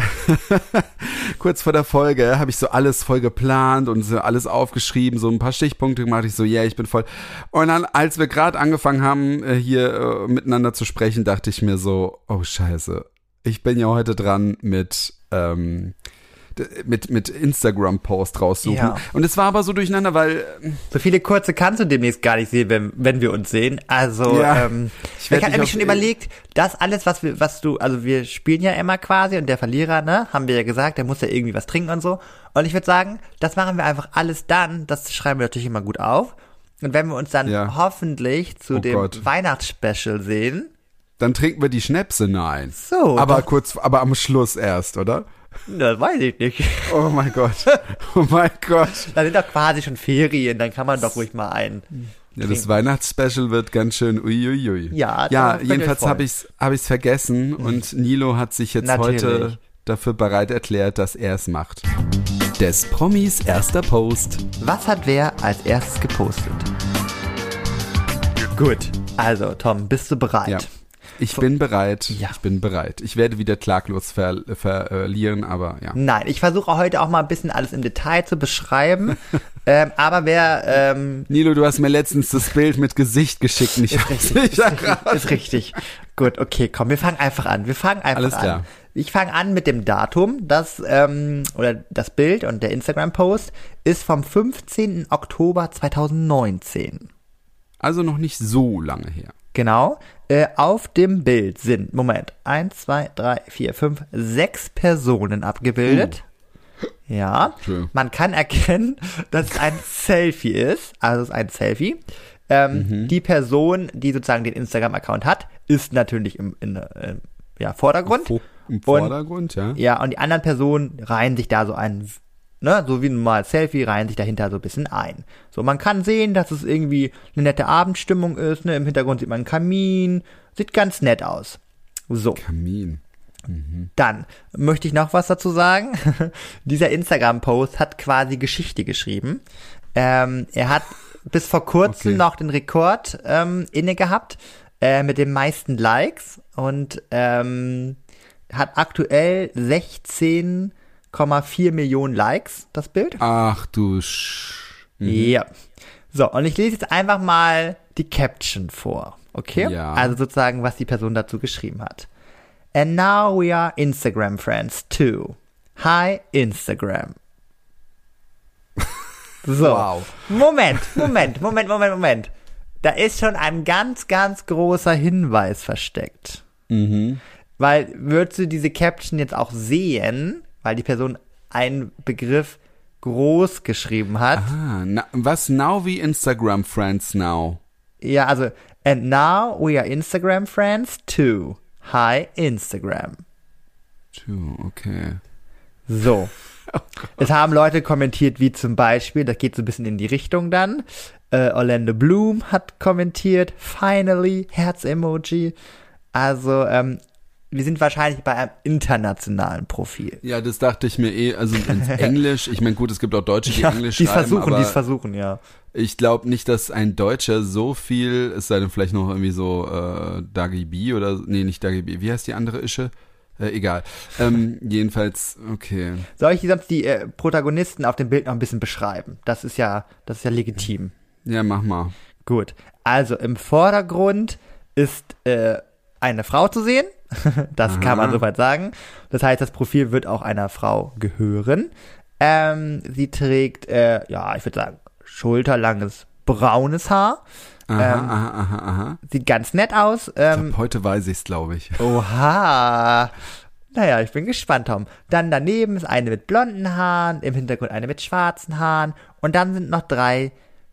kurz vor der Folge, habe ich so alles voll geplant und so alles aufgeschrieben, so ein paar Stichpunkte gemacht. Ich so, ja, yeah, ich bin voll. Und dann, als wir gerade angefangen haben, äh, hier äh, miteinander zu sprechen, dachte ich mir so, oh scheiße, ich bin ja heute dran mit, ähm, mit, mit Instagram-Post raussuchen. Ja. Und es war aber so durcheinander, weil So viele kurze kannst du demnächst gar nicht sehen, wenn, wenn wir uns sehen. Also, Ja, ähm, ich ich, werd ich habe dich nämlich auf- schon überlegt, das alles, was wir, was du, also wir spielen ja immer quasi und der Verlierer, ne, haben wir ja gesagt, der muss ja irgendwie was trinken und so. Und ich würde sagen, das machen wir einfach alles dann, das schreiben wir natürlich immer gut auf. Und wenn wir uns dann Ja. hoffentlich zu Oh dem Gott. Weihnachtsspecial sehen, dann trinken wir die Schnäpse, nein. so, Aber das, kurz, aber am Schluss erst, oder? das weiß ich nicht. Oh mein Gott. Oh mein Gott. Da sind doch quasi schon Ferien, dann kann man doch ruhig mal ein. Ja, das Weihnachtsspecial wird ganz schön uiuiui. Ja, ja, darauf könnt ihr jedenfalls euch habe ich's, hab ich's vergessen und Nilo hat sich jetzt Natürlich. heute dafür bereit erklärt, dass er es macht. Des Promis erster Post. Was hat wer als erstes gepostet? Gut, also Tom, bist du bereit? Ja. Ich bin bereit. Ja. Ich bin bereit. Ich werde wieder klaglos ver verlieren, aber ja. Nein, ich versuche heute auch mal ein bisschen alles im Detail zu beschreiben. ähm, aber wer ähm, Nilo, du hast mir letztens das Bild mit Gesicht geschickt. Nicht ist richtig, ist richtig, ist richtig. Gut, okay, komm, wir fangen einfach an. Wir fangen einfach Alles an. klar. Ich fange an mit dem Datum. Das ähm, oder das Bild und der Instagram-Post ist vom fünfzehnten Oktober zweitausendneunzehn. Also noch nicht so lange her. Genau. Äh, auf dem Bild sind, Moment, eins, zwei, drei, vier, fünf, sechs Personen abgebildet. Ja. Schön. Man kann erkennen, dass es ein Selfie ist. Also es ist ein Selfie. Ähm, Die Person, die sozusagen den Instagram-Account hat, ist natürlich im, in, äh, ja, Vordergrund. Fo- Im Und- Vordergrund, ja. Ja, und die anderen Personen reihen sich da so ein, ne, so wie ein normal Selfie, reihen sich dahinter so ein bisschen ein. So, man kann sehen, dass es irgendwie eine nette Abendstimmung ist, ne, im Hintergrund sieht man einen Kamin, sieht ganz nett aus. So, Kamin. dann möchte ich noch was dazu sagen. Dieser Instagram-Post hat quasi Geschichte geschrieben. Ähm, er hat bis vor kurzem Okay. noch den Rekord ähm, inne gehabt, äh, mit den meisten Likes und ähm, hat aktuell sechzehn Komma vier Millionen Likes, das Bild. Ach du Sch... Ja. So, und ich lese jetzt einfach mal die Caption vor, okay? Ja. Also sozusagen, was die Person dazu geschrieben hat. And now we are Instagram friends too. Hi Instagram. So. Wow. Moment, Moment, Moment, Moment, Moment. Da ist schon ein ganz, ganz großer Hinweis versteckt. Mhm. Weil, würdest du diese Caption jetzt auch sehen, weil die Person einen Begriff groß geschrieben hat. Ah, na, was now wie Instagram Friends now? Ja, also, and now we are Instagram friends too. Hi Instagram. Tja, okay. So. Es haben Leute kommentiert, wie zum Beispiel, das geht so ein bisschen in die Richtung dann, äh, Orlando Bloom hat kommentiert, finally, Herz-Emoji. Also, ähm, wir sind wahrscheinlich bei einem internationalen Profil. Ja, das dachte ich mir eh, also ins Englisch, ich meine gut, es gibt auch Deutsche, die ja, Englisch die's schreiben, versuchen, aber die's versuchen, ja. Ich glaube nicht, dass ein Deutscher so viel, es sei denn vielleicht noch irgendwie so äh, Dagi B oder, nee, nicht Dagi B, wie heißt die andere Ische? Äh, egal. Ähm, jedenfalls, okay. Soll ich sonst die äh, Protagonisten auf dem Bild noch ein bisschen beschreiben? Das ist ja, das ist ja legitim. Ja, mach mal. Gut. Also im Vordergrund ist äh, eine Frau zu sehen. Das Aha. kann man soweit sagen. Das heißt, das Profil wird auch einer Frau gehören. Ähm, sie trägt, äh, ja, ich würde sagen, schulterlanges braunes Haar. Aha, ähm, aha, aha, aha. Sieht ganz nett aus. Ähm, ich glaub, heute weiß ich's, glaube ich. Oha. Naja, ich bin gespannt, Tom. Dann daneben ist eine mit blonden Haaren, im Hintergrund eine mit schwarzen Haaren und dann sind noch drei,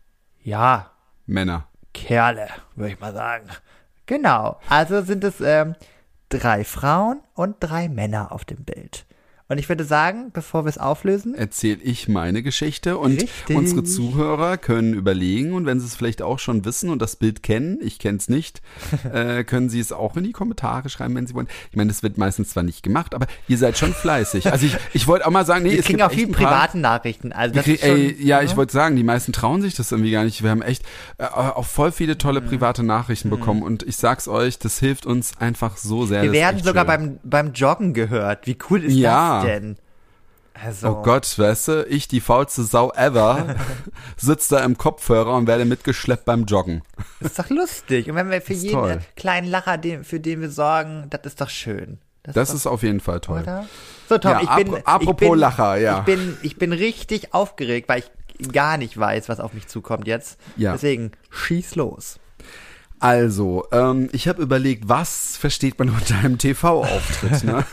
ja, Männer. Kerle, würde ich mal sagen. Genau, also sind es ähm, drei Frauen und drei Männer auf dem Bild. Und ich würde sagen, bevor wir es auflösen, erzähle ich meine Geschichte und Richtig. unsere Zuhörer können überlegen und wenn sie es vielleicht auch schon wissen und das Bild kennen, ich kenne es nicht, äh, können sie es auch in die Kommentare schreiben, wenn sie wollen. Ich meine, das wird meistens zwar nicht gemacht, aber ihr seid schon fleißig. Also ich, ich wollte auch mal sagen, nee, wir es kriegen gibt auch viele privaten Nachrichten. Also das krieg, ist schon, ey, ja, ne? ich wollte sagen, die meisten trauen sich das irgendwie gar nicht. Wir haben echt äh, auch voll viele tolle private Nachrichten mhm. bekommen und ich sag's euch, das hilft uns einfach so sehr. Wir werden sogar schön. beim beim Joggen gehört. Wie cool ist ja. das denn? Also. Oh Gott, weißt du, ich, die faulste Sau ever, sitze da im Kopfhörer und werde mitgeschleppt beim Joggen. Ist doch lustig. Und wenn wir für jeden toll. kleinen Lacher, den, für den wir sorgen, das ist doch schön. Das, das ist, ist auf jeden Fall toll. Oder? So, Tom, ja, ich bin... Apropos ich bin, Lacher, ja. Ich bin, ich bin richtig aufgeregt, weil ich gar nicht weiß, was auf mich zukommt jetzt. Ja. Deswegen, schieß los. Also, ähm, ich habe überlegt, was versteht man unter einem T V-Auftritt, ne?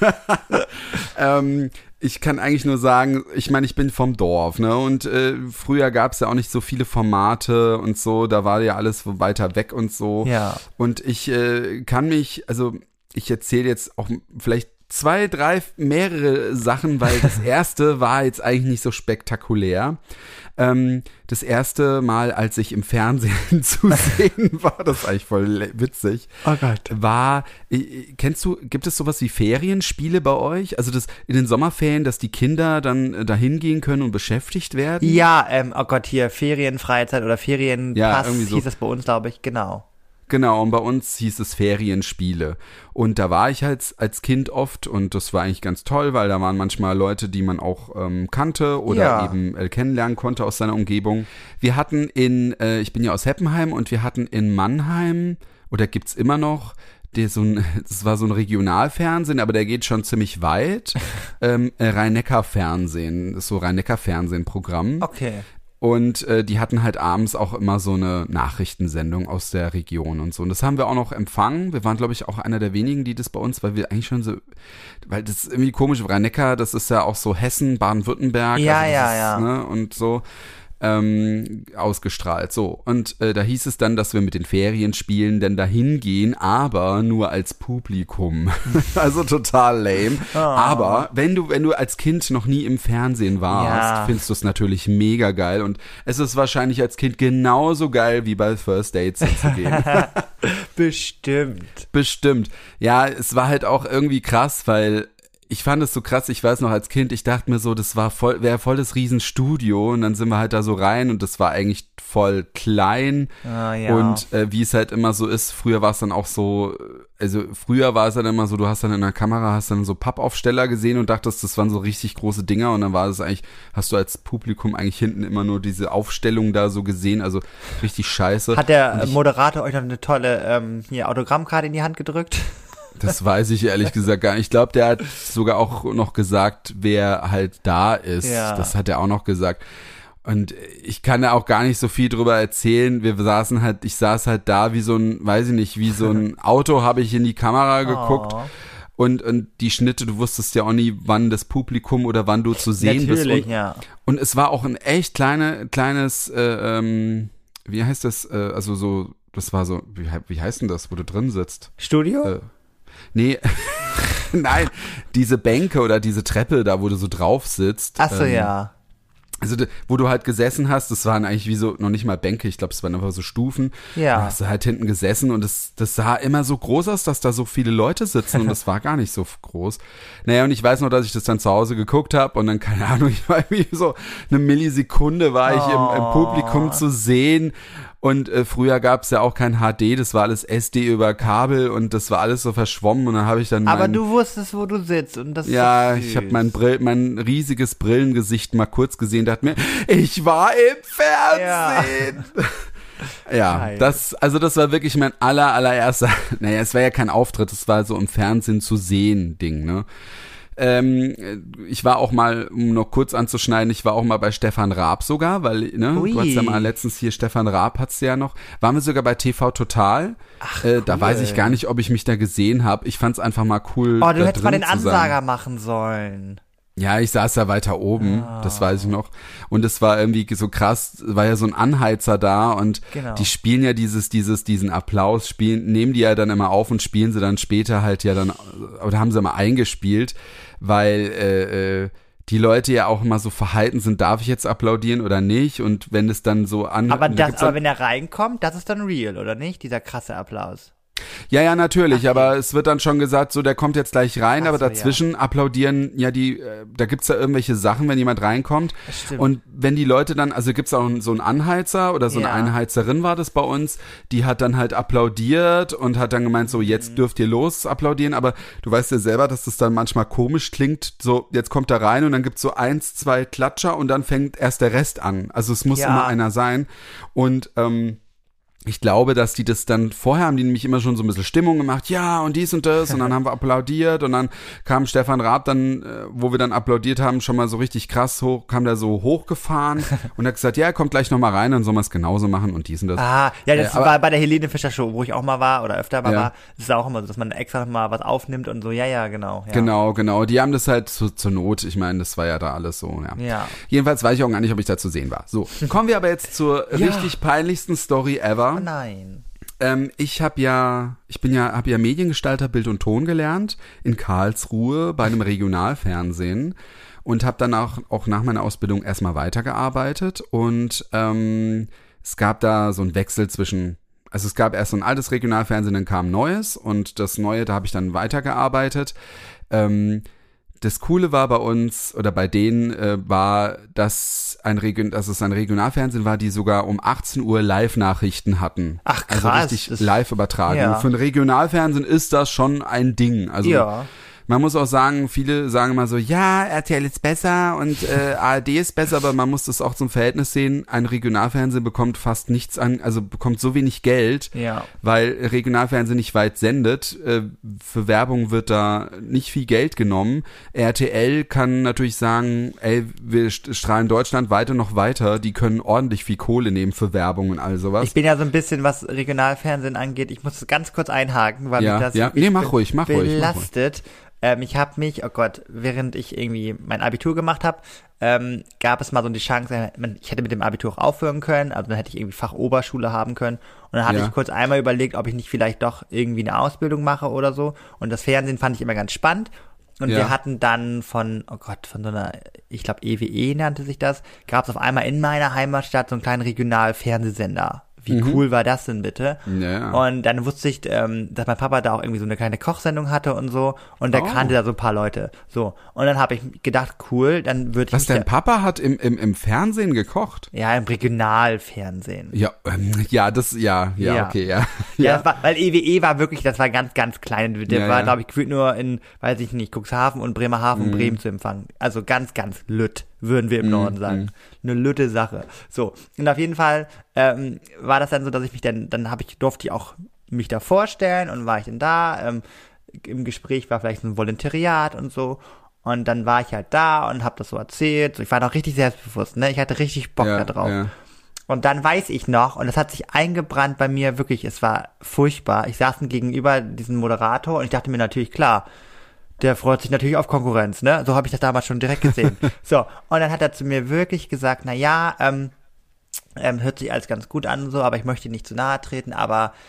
ähm, ich kann eigentlich nur sagen, ich meine, ich bin vom Dorf, ne? Und äh, früher gab es ja auch nicht so viele Formate und so, da war ja alles weiter weg und so. Ja. Und ich äh, kann mich, also ich erzähle jetzt auch vielleicht zwei, drei, mehrere Sachen, weil das erste war jetzt eigentlich nicht so spektakulär. Ähm, das erste Mal, als ich im Fernsehen zu sehen war, das ist eigentlich voll witzig, oh Gott. war, äh, kennst du, gibt es sowas wie Ferienspiele bei euch? Also das in den Sommerferien, dass die Kinder dann äh, dahin gehen können und beschäftigt werden? Ja, ähm, oh Gott, hier Ferienfreizeit oder Ferienpass ja, irgendwie so. hieß das bei uns, glaube ich, genau. Genau, und bei uns hieß es Ferienspiele. Und da war ich halt als Kind oft und das war eigentlich ganz toll, weil da waren manchmal Leute, die man auch ähm, kannte oder ja. eben äh, kennenlernen konnte aus seiner Umgebung. Wir hatten in, äh, ich bin ja aus Heppenheim und wir hatten in Mannheim, oder gibt's immer noch, der so ein, das war so ein Regionalfernsehen, aber der geht schon ziemlich weit. ähm, äh, Rhein-Neckar-Fernsehen, das ist so Rhein-Neckar-Fernsehen-Programm. Okay. Und äh, die hatten halt abends auch immer so eine Nachrichtensendung aus der Region und so. Und das haben wir auch noch empfangen. Wir waren, glaube ich, auch einer der wenigen, die das bei uns, weil wir eigentlich schon so, weil das ist irgendwie komisch, Rhein-Neckar, das ist ja auch so Hessen, Baden-Württemberg. Ja, also ja, ist, ja. Ne, und so. Ähm, ausgestrahlt. So, und äh, da hieß es dann, dass wir mit den Ferienspielen denn dahin gehen, aber nur als Publikum. Also total lame. Oh. Aber wenn du, wenn du als Kind noch nie im Fernsehen warst, Ja. findest du es natürlich mega geil und es ist wahrscheinlich als Kind genauso geil wie bei First Dates hinzugehen. Bestimmt. Bestimmt. Ja, es war halt auch irgendwie krass, weil ich fand es so krass, ich weiß noch als Kind, ich dachte mir so, das war voll, wäre voll das Riesenstudio und dann sind wir halt da so rein und das war eigentlich voll klein Ah, ja. und äh, wie es halt immer so ist, früher war es dann auch so, also früher war es dann immer so, du hast dann in der Kamera, hast dann so Pappaufsteller gesehen und dachtest, das waren so richtig große Dinger und dann war das eigentlich, hast du als Publikum eigentlich hinten immer nur diese Aufstellung da so gesehen, also richtig scheiße. Hat der Und ich, Moderator euch noch eine tolle ähm, hier Autogrammkarte in die Hand gedrückt? Das weiß ich ehrlich gesagt gar nicht. Ich glaube, der hat sogar auch noch gesagt, wer halt da ist. Ja. Das hat er auch noch gesagt. Und ich kann da auch gar nicht so viel drüber erzählen. Wir saßen halt, ich saß halt da wie so ein, weiß ich nicht, wie so ein Auto, habe ich in die Kamera geguckt. Oh. Und, und die Schnitte, du wusstest ja auch nie, wann das Publikum oder wann du zu sehen bist. Natürlich, Und, ja. und es war auch ein echt kleine, kleines, äh, ähm, wie heißt das, äh, also so, das war so, wie, wie heißt denn das, wo du drin sitzt? Studio? Äh, Nee, nein, diese Bänke oder diese Treppe da, wo du so drauf sitzt. Ach so, ähm, ja. Also wo du halt gesessen hast, das waren eigentlich wie so, noch nicht mal Bänke, ich glaube, es waren einfach so Stufen. Ja. Da hast du halt hinten gesessen und das, das sah immer so groß aus, dass da so viele Leute sitzen und das war gar nicht so groß. Naja, und ich weiß noch, dass ich das dann zu Hause geguckt habe und dann, keine Ahnung, ich war wie so eine Millisekunde war ich Oh. im, im Publikum zu sehen. Und äh, früher gab es ja auch kein H D, das war alles S D über Kabel und das war alles so verschwommen und dann habe ich dann Aber mein, du wusstest, wo du sitzt und das ja, ist doch süß. ich habe mein Brill, mein riesiges Brillengesicht mal kurz gesehen, dachte mir, ich war im Fernsehen. Ja, ja Geil. das, also das war wirklich mein aller, allererster, naja, es war ja kein Auftritt, es war so im Fernsehen zu sehen Ding, ne. Ähm, ich war auch mal, um noch kurz anzuschneiden, ich war auch mal bei Stefan Raab sogar, weil, ne, Ui. du hast ja mal letztens hier, Stefan Raab hat's ja noch, waren wir sogar bei T V Total. Ach, äh, Da cool. weiß ich gar nicht, ob ich mich da gesehen habe. Ich fand's einfach mal cool. Oh, du da hättest mal drin den zu sein. Ansager machen sollen. Ja, ich saß da weiter oben, Ah. das weiß ich noch. Und es war irgendwie so krass, war ja so ein Anheizer da und Genau. die spielen ja dieses, dieses, diesen Applaus, spielen, nehmen die ja dann immer auf und spielen sie dann später halt ja dann, oder haben sie mal eingespielt, weil äh, äh, die Leute ja auch immer so verhalten sind, darf ich jetzt applaudieren oder nicht? Und wenn es dann so an... Aber, da das, gibt's aber dann, wenn er reinkommt, das ist dann real, oder nicht? Dieser krasse Applaus. ja, ja, natürlich, Okay. aber es wird dann schon gesagt, so, der kommt jetzt gleich rein, Ach aber so, dazwischen applaudieren ja die, äh, da gibt's ja irgendwelche Sachen, wenn jemand reinkommt. Das stimmt. Und wenn die Leute dann, also gibt's auch so einen Anheizer oder so eine Ja. Anheizerin war das bei uns, die hat dann halt applaudiert und hat dann gemeint, so, jetzt dürft ihr los applaudieren, aber du weißt ja selber, dass das dann manchmal komisch klingt, so, jetzt kommt er rein und dann gibt's so eins, zwei Klatscher und dann fängt erst der Rest an. Also es muss Ja. immer einer sein und, ähm, ich glaube, dass die das dann, vorher haben die nämlich immer schon so ein bisschen Stimmung gemacht, ja, und dies und das, und dann haben wir applaudiert, und dann kam Stefan Raab dann, äh, wo wir dann applaudiert haben, schon mal so richtig krass hoch, kam der so hochgefahren und hat gesagt, ja, er kommt gleich nochmal rein, dann soll wir es genauso machen und dies und das. Ah, ja, das Äh, aber- war bei der Helene Fischer Show, wo ich auch mal war oder öfter mal Ja. war. Das ist auch immer so, dass man extra mal was aufnimmt und so, ja, ja, genau. Ja. Genau, genau, die haben das halt zu, zur Not, ich meine, das war ja da alles so, ja. Ja. Jedenfalls weiß ich auch gar nicht, ob ich da zu sehen war. So, kommen wir aber jetzt zur Ja. richtig peinlichsten Story ever. Oh nein. Ähm, ich habe ja, ich bin ja, habe ja Mediengestalter Bild und Ton gelernt in Karlsruhe bei einem Regionalfernsehen und habe dann auch, auch nach meiner Ausbildung erstmal weitergearbeitet und ähm, es gab da so einen Wechsel zwischen, also es gab erst so ein altes Regionalfernsehen, dann kam Neues und das Neue, da habe ich dann weitergearbeitet. Ähm, Das Coole war bei uns oder bei denen äh, war, dass, ein Region, dass es ein Regionalfernsehen war, die sogar um achtzehn Uhr Live-Nachrichten hatten. Ach, krass. Also richtig Das- live übertragen. Ja. Für ein Regionalfernsehen ist das schon ein Ding. Also Ja. man muss auch sagen, viele sagen immer so, ja, R T L ist besser und äh, A R D ist besser, aber man muss das auch zum Verhältnis sehen. Ein Regionalfernsehen bekommt fast nichts an, also bekommt so wenig Geld, Ja. weil Regionalfernsehen nicht weit sendet. Äh, für Werbung wird da nicht viel Geld genommen. R T L kann natürlich sagen, ey, wir st- strahlen Deutschland weiter noch weiter. Die können ordentlich viel Kohle nehmen für Werbung und all sowas. Ich bin ja so ein bisschen, was Regionalfernsehen angeht, ich muss ganz kurz einhaken, weil Ja, mich das ja. wirklich Nee, mach be- ruhig, mach ruhig, mach ruhig. belastet. Ähm, ich habe mich, oh Gott, während ich irgendwie mein Abitur gemacht habe, ähm, gab es mal so die Chance, man- ich hätte mit dem Abitur auch aufhören können, also dann hätte ich irgendwie Fachoberschule haben können. Und dann hatte Ja. ich kurz einmal überlegt, ob ich nicht vielleicht doch irgendwie eine Ausbildung mache oder so. Und das Fernsehen fand ich immer ganz spannend. Und Ja. wir hatten dann von, oh Gott, von so einer, ich glaube E W E nannte sich das, gab es auf einmal in meiner Heimatstadt so einen kleinen Regionalfernsehsender. Wie cool war das denn bitte? Ja. Und dann wusste ich, ähm, dass mein Papa da auch irgendwie so eine kleine Kochsendung hatte und so. Und der Oh. kannte da so ein paar Leute. So. Und dann habe ich gedacht, cool, dann würde ich Was, mich dein da, Papa hat im, im, im Fernsehen gekocht? ja, im Regionalfernsehen. Ja, ähm, ja, das, ja, ja, Ja. okay, ja. Ja, das war, weil E W E war wirklich, das war ganz, ganz klein. Der Ja, war, ja. glaube ich, gefühlt nur in, weiß ich nicht, Cuxhaven und Bremerhaven Mhm. und Bremen zu empfangen. Also ganz, ganz lütt, würden wir im Norden sagen. Eine lütte Sache. So. Und auf jeden Fall ähm, war das dann so, dass ich mich dann, dann habe ich, durfte ich auch mich da vorstellen und war ich dann da. Ähm, im Gespräch war vielleicht so ein Volontariat und so. Und dann war ich halt da und habe das so erzählt. So, ich war noch richtig selbstbewusst, ne? Ich hatte richtig Bock ja, da drauf. Ja. Und dann weiß ich noch, und das hat sich eingebrannt bei mir, wirklich, es war furchtbar. Ich saß gegenüber diesem Moderator und ich dachte mir natürlich, klar, der freut sich natürlich auf Konkurrenz, ne? So habe ich das damals schon direkt gesehen. So, und dann hat er zu mir wirklich gesagt, na ja, ähm, ähm, hört sich alles ganz gut an, so, aber ich möchte nicht zu nahe treten, aber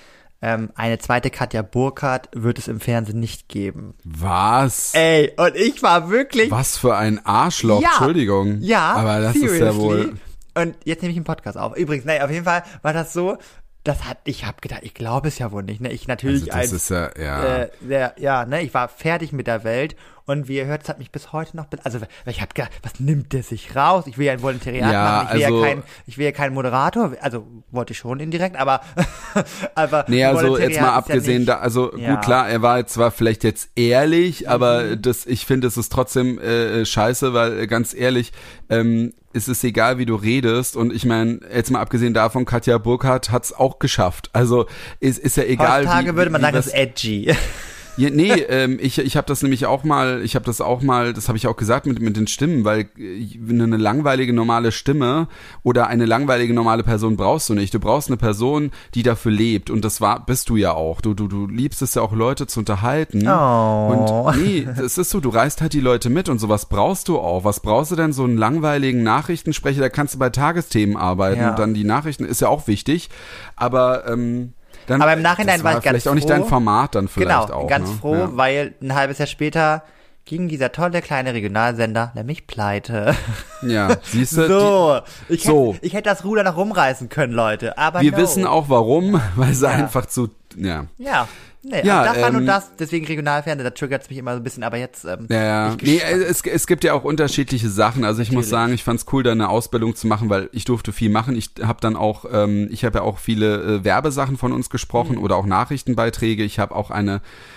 ähm, eine zweite Katja Burkhardt wird es im Fernsehen nicht geben. Was? Ey, und ich war wirklich... Was für ein Arschloch, ja, Entschuldigung. Ja, aber das seriously. ist ja wohl... Und jetzt nehme ich einen Podcast auf. Übrigens, nein, auf jeden Fall war das so... Das hat, ich habe gedacht, ich glaube es ja wohl nicht, ne? Ich natürlich also das als, ist ja, ja. Äh, der, ja, ne? Ich war fertig mit der Welt und wie ihr hört, es hat mich bis heute noch, also ich habe gedacht, was nimmt der sich raus? Ich will ja ein Volontariat ja, machen, ich will also, ja kein, ich will ja kein Moderator, also wollte ich schon indirekt, aber, aber nee, also jetzt mal abgesehen, ja da, also ja. gut, klar, er war zwar vielleicht jetzt ehrlich, aber mhm. das, ich finde, es ist trotzdem äh, scheiße, weil ganz ehrlich, ähm, es ist egal, wie du redest und ich meine, jetzt mal abgesehen davon, Katja Burkhardt hat's auch geschafft. Also es ist ja egal. Heutzutage wie, würde man wie sagen, das ist edgy. Ja, nee, ähm, ich ich habe das nämlich auch mal, ich habe das auch mal, das habe ich auch gesagt mit mit den Stimmen, weil eine langweilige normale Stimme oder eine langweilige normale Person brauchst du nicht. Du brauchst eine Person, die dafür lebt und das war bist du ja auch. Du du du liebst es ja auch, Leute zu unterhalten. Oh. Und nee, es ist so, du reißt halt die Leute mit und sowas brauchst du auch. Was brauchst du denn, so einen langweiligen Nachrichtensprecher? Da kannst du bei Tagesthemen arbeiten ja. und dann die Nachrichten ist ja auch wichtig, aber ähm Dann, aber im Nachhinein das war war ich ganz vielleicht froh. auch nicht dein Format dann vielleicht genau, auch. ganz ne? froh, ja. weil ein halbes Jahr später ging dieser tolle kleine Regionalsender nämlich pleite. Ja, siehst du. So, ich, so. Hätte, ich hätte das Ruder noch rumreißen können, Leute, aber Wir no. wissen auch warum, weil sie Ja. einfach zu, ja. Ja. Nee, Ja, also das war ähm, nur das, deswegen Regionalfernsehen, da triggert es mich immer so ein bisschen, aber jetzt ähm, Ja, ja. Nee, es, es gibt ja auch unterschiedliche Sachen. Also ich Natürlich. muss sagen, ich fand's cool, da eine Ausbildung zu machen, weil ich durfte viel machen. Ich habe dann auch, ähm, ich habe ja auch viele äh, Werbesachen von uns gesprochen Mhm. oder auch Nachrichtenbeiträge. Ich habe auch eine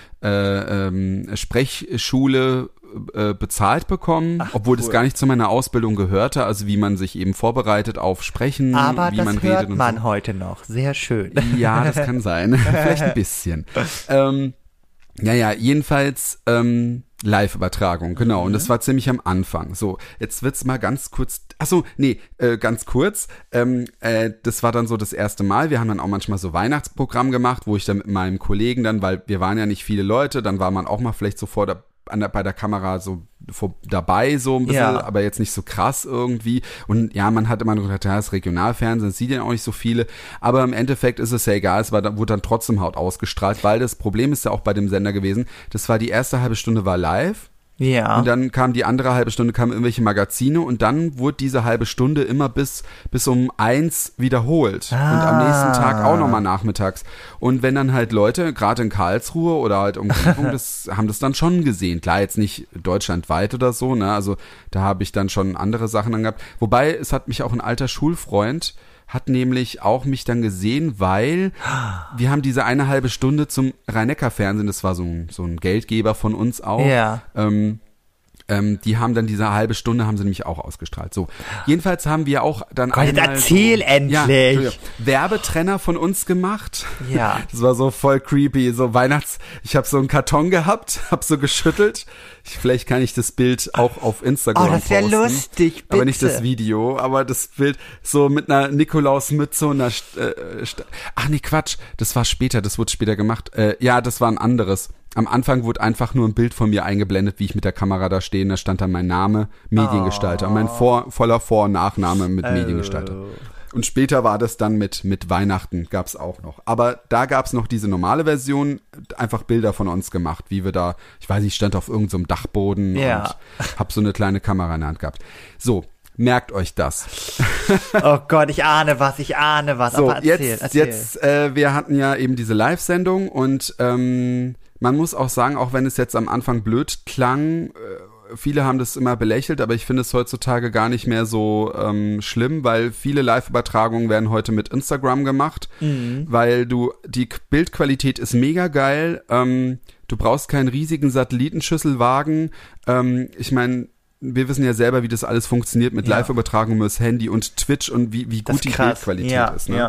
äh, ähm, Sprechschule äh, bezahlt bekommen, Ach, obwohl cool. das gar nicht zu meiner Ausbildung gehörte, also wie man sich eben vorbereitet auf Sprechen, aber wie das man hört redet und man so. heute noch, sehr schön. Ja, das kann sein. Vielleicht ein bisschen. Ähm, naja, jedenfalls ähm, Live-Übertragung, genau. Mhm. Und das war ziemlich am Anfang. So, jetzt wird's mal ganz kurz. Ach so, nee, äh, ganz kurz. Ähm, äh, das war dann so das erste Mal. Wir haben dann auch manchmal so Weihnachtsprogramm gemacht, wo ich dann mit meinem Kollegen dann, weil wir waren ja nicht viele Leute, dann war man auch mal vielleicht so vor der an der, bei der Kamera so vor, dabei, so ein bisschen, Ja. aber jetzt nicht so krass irgendwie. Und ja, man hat immer nur gedacht, ja, das Regionalfernsehen, das sieht ja auch nicht so viele. Aber im Endeffekt ist es ja egal, es war, da wurde dann trotzdem Haut ausgestrahlt, weil das Problem ist ja auch bei dem Sender gewesen, das war die erste halbe Stunde war live. Ja. Und dann kam die andere halbe Stunde, kamen irgendwelche Magazine und dann wurde diese halbe Stunde immer bis, bis um eins wiederholt. Ah. Und am nächsten Tag auch nochmal nachmittags. Und wenn dann halt Leute, gerade in Karlsruhe oder halt Umgebung, das haben das dann schon gesehen. Klar, jetzt nicht deutschlandweit oder so, ne? Also da habe ich dann schon andere Sachen dann gehabt. Wobei, es hat mich auch ein alter Schulfreund hat nämlich auch mich dann gesehen, weil wir haben diese eine halbe Stunde zum Rhein-Neckar-Fernsehen, das war so ein, so ein Geldgeber von uns auch, Ja. ähm, ähm, die haben dann diese halbe Stunde, haben sie nämlich auch ausgestrahlt. So, jedenfalls haben wir auch dann Gott, jetzt einmal erzähl so, endlich. Ja, Entschuldigung, Werbetrenner von uns gemacht. Ja. Das war so voll creepy, so Weihnachts... Ich habe so einen Karton gehabt, hab so geschüttelt. Ich, vielleicht kann ich das Bild auch auf Instagram Oh, das wäre posten. lustig, bitte. Aber nicht das Video, aber das Bild so mit einer Nikolausmütze und einer... St- äh, St- Ach nee, Quatsch, das war später, das wurde später gemacht. Äh, ja, das war ein anderes. Am Anfang wurde einfach nur ein Bild von mir eingeblendet, wie ich mit der Kamera da stehe. Und da stand dann mein Name, Mediengestalter. Und mein Vor, voller Vor- und Nachname mit Oh. Mediengestalter. Und später war das dann mit, mit Weihnachten, gab's auch noch. Aber da gab's noch diese normale Version, einfach Bilder von uns gemacht, wie wir da, ich weiß nicht, ich stand auf irgendeinem so Dachboden Ja. und hab so eine kleine Kamera in der Hand gehabt. So, merkt euch das. Oh Gott, ich ahne was, ich ahne was. So, aber erzähl, jetzt, erzähl. jetzt äh, wir hatten ja eben diese Live-Sendung und ähm, man muss auch sagen, auch wenn es jetzt am Anfang blöd klang, äh, viele haben das immer belächelt, aber ich finde es heutzutage gar nicht mehr so ähm, schlimm, weil viele Live-Übertragungen werden heute mit Instagram gemacht, Mhm. weil du, die K- Bildqualität ist mega geil, ähm, du brauchst keinen riesigen Satellitenschüsselwagen, ähm, ich meine, wir wissen ja selber, wie das alles funktioniert mit Ja. Live-Übertragung übers Handy und Twitch und wie, wie Das gut die krass. Bildqualität ja, ist. Ne? Ja.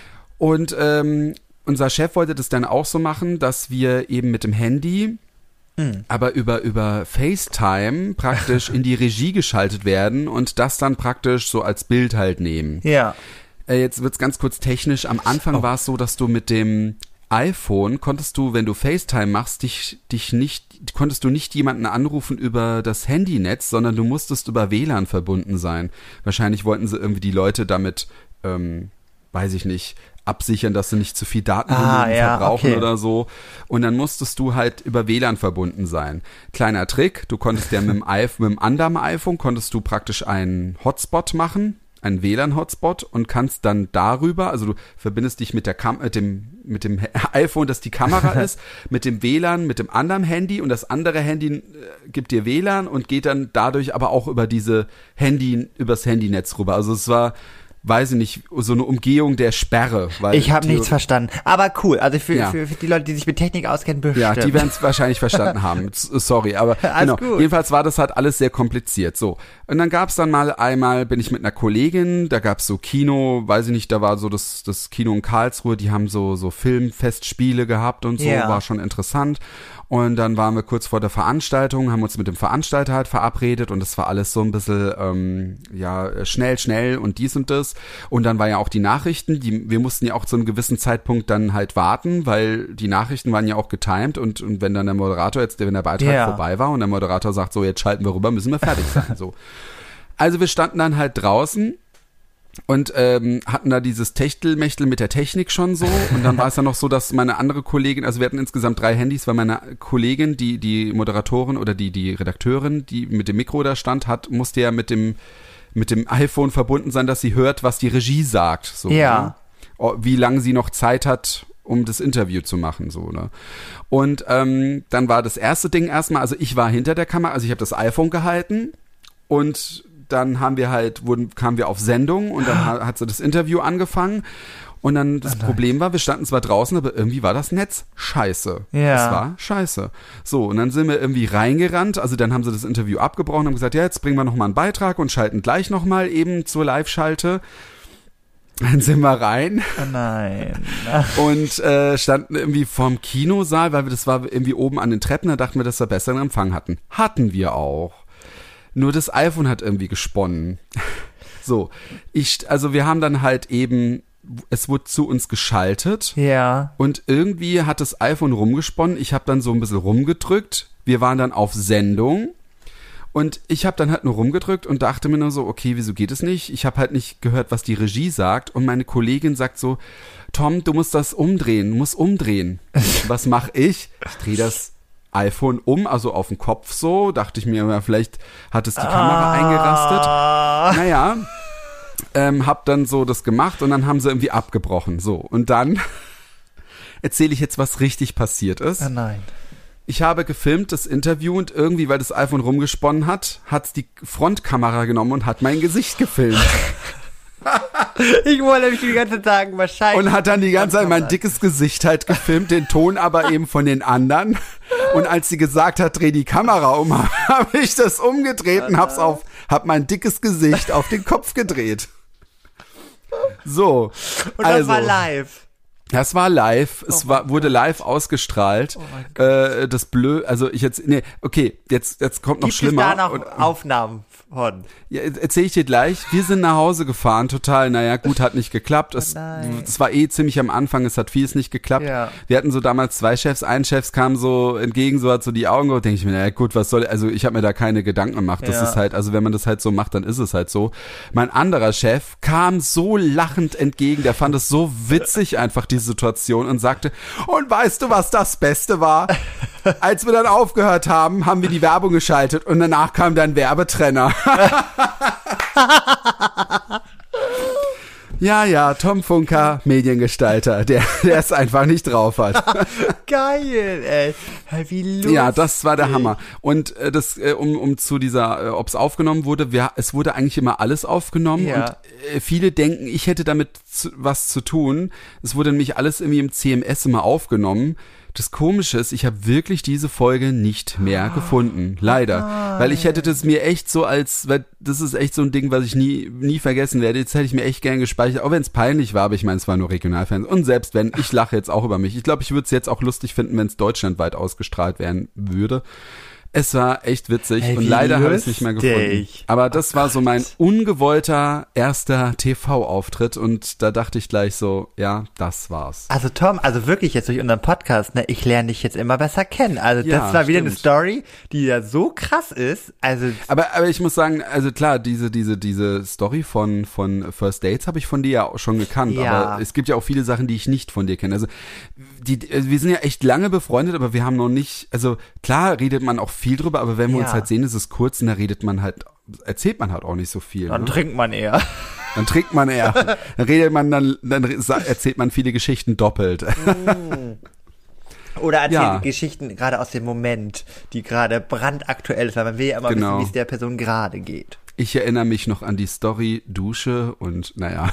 Und ähm, unser Chef wollte das dann auch so machen, dass wir eben mit dem Handy, Mhm. aber über, über FaceTime praktisch in die Regie geschaltet werden und das dann praktisch so als Bild halt nehmen. Ja. Äh, jetzt wird's ganz kurz technisch. Am Anfang Oh. war es so, dass du mit dem iPhone konntest du, wenn du FaceTime machst, dich, dich nicht, konntest du nicht jemanden anrufen über das Handynetz, sondern du musstest über W L A N verbunden sein. Wahrscheinlich wollten sie irgendwie die Leute damit, ähm, weiß ich nicht, absichern, dass sie nicht zu viel Datenvolumen ah, ja, verbrauchen okay. oder so. Und dann musstest du halt über W L A N verbunden sein. Kleiner Trick, du konntest ja mit dem, iPhone, mit dem anderen iPhone konntest du praktisch einen Hotspot machen, einen W L A N-Hotspot und kannst dann darüber, also du verbindest dich mit der Kam- mit dem mit dem iPhone, das die Kamera ist, mit dem W L A N, mit dem anderen Handy und das andere Handy äh, gibt dir W L A N und geht dann dadurch aber auch über diese Handy, übers Handynetz rüber. Also es war, weiß ich nicht, so eine Umgehung der Sperre. Weil ich habe nichts verstanden. Aber cool, also für, ja. für, für die Leute, die sich mit Technik auskennen, bestimmt. Ja, die werden es wahrscheinlich verstanden haben. Sorry, aber alles genau. Gut. Jedenfalls war das halt alles sehr kompliziert. So, und dann gab's dann mal einmal, bin ich mit einer Kollegin, da gab's so Kino, weiß ich nicht, da war so das das Kino in Karlsruhe, die haben so so Filmfestspiele gehabt und so, ja. war schon interessant. Und dann waren wir kurz vor der Veranstaltung, haben uns mit dem Veranstalter halt verabredet und das war alles so ein bisschen, ähm, ja, schnell, schnell und dies und das. Und dann war ja auch die Nachrichten, die, wir mussten ja auch zu einem gewissen Zeitpunkt dann halt warten, weil die Nachrichten waren ja auch getimed und, und wenn dann der Moderator jetzt, wenn der Beitrag ja. vorbei war und der Moderator sagt, so, jetzt schalten wir rüber, müssen wir fertig sein, so. Also wir standen dann halt draußen und ähm, hatten da dieses Techtelmechtel mit der Technik schon so und dann war es dann noch so, dass meine andere Kollegin, also wir hatten insgesamt drei Handys, weil meine Kollegin, die die Moderatorin oder die die Redakteurin, die mit dem Mikro da stand, hat, musste ja mit dem mit dem iPhone verbunden sein, dass sie hört, was die Regie sagt, so, ja. ne? Wie lange sie noch Zeit hat, um das Interview zu machen, so, ne? Und ähm, dann war das erste Ding erstmal, also ich war hinter der Kamera, also ich habe das iPhone gehalten und dann haben wir halt, wurden, kamen wir auf Sendung und dann hat, hat so das Interview angefangen und dann das oh Problem war, wir standen zwar draußen, aber irgendwie war das Netz scheiße. Ja. Das war scheiße. So, und dann sind wir irgendwie reingerannt, also dann haben sie das Interview abgebrochen und haben gesagt, ja, jetzt bringen wir nochmal einen Beitrag und schalten gleich nochmal eben zur Live-Schalte. Dann sind wir rein. Oh nein. Und äh, standen irgendwie vorm Kinosaal, weil wir das war irgendwie oben an den Treppen, da dachten wir, dass wir besseren Empfang hatten. Hatten wir auch. Nur das iPhone hat irgendwie gesponnen. So, ich, also wir haben dann halt eben, es wurde zu uns geschaltet. Ja. Und irgendwie hat das iPhone rumgesponnen. Ich habe dann so ein bisschen rumgedrückt. Wir waren dann auf Sendung. Und ich habe dann halt nur rumgedrückt und dachte mir nur so, okay, wieso geht es nicht? Ich habe halt nicht gehört, was die Regie sagt. Und meine Kollegin sagt so, Tom, du musst das umdrehen, du musst umdrehen. Was mache ich? Ich drehe das iPhone um, also auf den Kopf so. Dachte ich mir, ja, vielleicht hat es die Kamera ah. eingerastet. Naja, ähm, hab dann so das gemacht und dann haben sie irgendwie abgebrochen. So, und dann erzähle ich jetzt, was richtig passiert ist. Oh nein. Ich habe gefilmt das Interview und irgendwie, weil das iPhone rumgesponnen hat, hat's die Frontkamera genommen und hat mein Gesicht gefilmt. Ich wollte nämlich die ganze Tag wahrscheinlich. Und hat dann die ganze Zeit mein dickes Gesicht halt gefilmt, den Ton aber eben von den anderen. Und als sie gesagt hat, dreh die Kamera um, habe ich das umgedreht und hab's auf, hab mein dickes Gesicht auf den Kopf gedreht. So. Und also, das war live. Das war live, es oh war, wurde live ausgestrahlt. Oh äh, das blöd, also ich jetzt, nee, okay, jetzt, jetzt kommt noch Gibt schlimmer. es da noch und, Aufnahmen von? Ja, erzähl ich dir gleich. Wir sind nach Hause gefahren, total, naja, gut, hat nicht geklappt. Es, nein. es war eh ziemlich am Anfang, es hat vieles nicht geklappt. Ja. Wir hatten so damals zwei Chefs, ein Chef kam so entgegen, so hat so die Augen geholt, denke ich mir, naja, gut, was soll, also ich habe mir da keine Gedanken gemacht. Das Ja. ist halt, also wenn man das halt so macht, dann ist es halt so. Mein anderer Chef kam so lachend entgegen, der fand es so witzig einfach, die Situation, und sagte, und weißt du, was das Beste war? Als wir dann aufgehört haben, haben wir die Werbung geschaltet und danach kam dann Werbetrenner. Ja, ja, Tom Funker, Mediengestalter, der, der es einfach nicht drauf hat. Geil, ey. Wie lustig. Ja, das war der Hammer. Und äh, das, äh, um, um zu dieser, äh, ob es aufgenommen wurde, wir, es wurde eigentlich immer alles aufgenommen. Ja. Und äh, viele denken, ich hätte damit zu, was zu tun. Es wurde nämlich alles irgendwie im C M S immer aufgenommen. Das Komische ist, ich habe wirklich diese Folge nicht mehr gefunden. Leider. Nein. Weil ich hätte das mir echt so als, weil das ist echt so ein Ding, was ich nie nie vergessen werde. Jetzt hätte ich mir echt gern gespeichert, auch wenn es peinlich war, aber ich meine, es war nur Regionalfernsehen. Und selbst wenn, ich lache jetzt auch über mich. Ich glaube, ich würde es jetzt auch lustig finden, wenn es deutschlandweit ausgestrahlt werden würde. Es war echt witzig Hey, und wie leider habe ich es nicht mehr gefunden. lustig. Aber das Oh war so mein Gott. ungewollter erster T V-Auftritt und da dachte ich gleich so, ja, das war's. Also Tom, also wirklich jetzt durch unseren Podcast, ne, ich lerne dich jetzt immer besser kennen. Also Ja, das war wieder eine stimmt. Story, die ja so krass ist. Also Aber, aber ich muss sagen, also klar, diese, diese, diese Story von, von First Dates habe ich von dir ja auch schon gekannt. Ja. Aber es gibt ja auch viele Sachen, die ich nicht von dir kenne. Also, die, wir sind ja echt lange befreundet, aber wir haben noch nicht, also klar redet man auch viel drüber, aber wenn wir Ja. uns halt sehen, ist es kurz und da redet man halt, erzählt man halt auch nicht so viel. dann Ne? trinkt man eher. Dann trinkt man eher. Dann redet man, dann, dann erzählt man viele Geschichten doppelt. Oder erzählt Ja. Geschichten gerade aus dem Moment, die gerade brandaktuell ist, weil man will ja immer Genau. wissen, wie es der Person gerade geht. Ich erinnere mich noch an die Story Dusche und naja.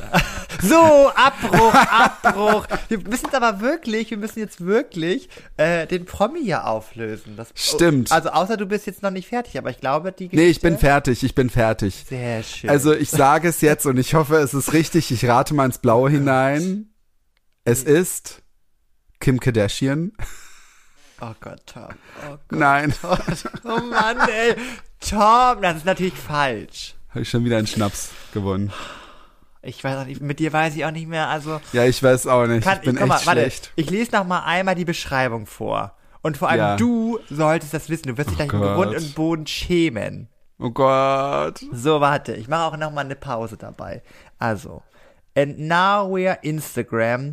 So, Abbruch, Abbruch. Wir müssen jetzt aber wirklich, wir müssen jetzt wirklich äh, den Promi hier auflösen. Das, Stimmt. Also außer du bist jetzt noch nicht fertig, aber ich glaube, die Geschichte... Nee, ich bin fertig, ich bin fertig. Sehr schön. Also ich sage es jetzt und ich hoffe, es ist richtig. Ich rate mal ins Blaue hinein. Es ist Kim Kardashian. Oh Gott, Tom. Oh Gott. Nein, Oh Mann, ey. Tom, das ist natürlich falsch. habe ich schon wieder einen Schnaps gewonnen. Ich weiß auch nicht, mit dir weiß ich auch nicht mehr, also... Ja, ich weiß auch nicht. Kann, ich bin guck mal, echt warte, schlecht. ich lese noch mal einmal die Beschreibung vor. Und vor allem Ja. du solltest das wissen. Du wirst dich gleich im Gott. Grund und Boden schämen. Oh Gott. So, warte, ich mache auch noch mal eine Pause dabei. Also, and now we are Instagram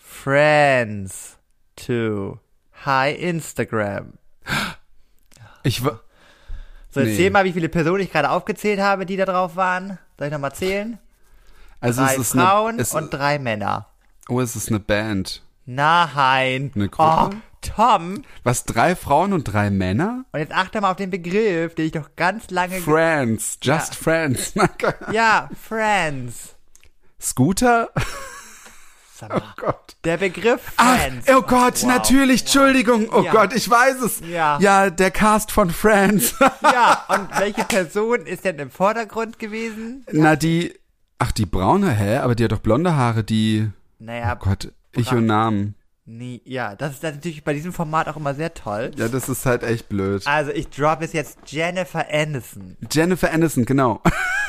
friends too. Hi Instagram. Ich wa- So, Nee. erzähl mal, wie viele Personen ich gerade aufgezählt habe, die da drauf waren. Soll ich noch mal zählen? also Drei es ist Frauen eine, es, und drei Männer. oh, es ist eine Band. Nein. Eine Oh, Gruppe? Tom. Was, drei Frauen und drei Männer? Und jetzt achte mal auf den Begriff, den ich doch ganz lange... ge- Friends, just Ja. friends. Ja, Friends. Scooter? Sag Oh mal, Gott. der Begriff Ach, Friends. oh Gott, wow. natürlich, Entschuldigung. Oh Ja. Gott, ich weiß es. Ja. Ja, der Cast von Friends. Ja, und welche Person ist denn im Vordergrund gewesen? Na, die, ach, die braune, hä? Aber die hat doch blonde Haare, die, Naja, oh Gott, ich Bra- und Namen. nie, ja, das ist natürlich bei diesem Format auch immer sehr toll. Ja, das ist halt echt blöd. Also ich drop es jetzt Jennifer Aniston. Jennifer Aniston, genau.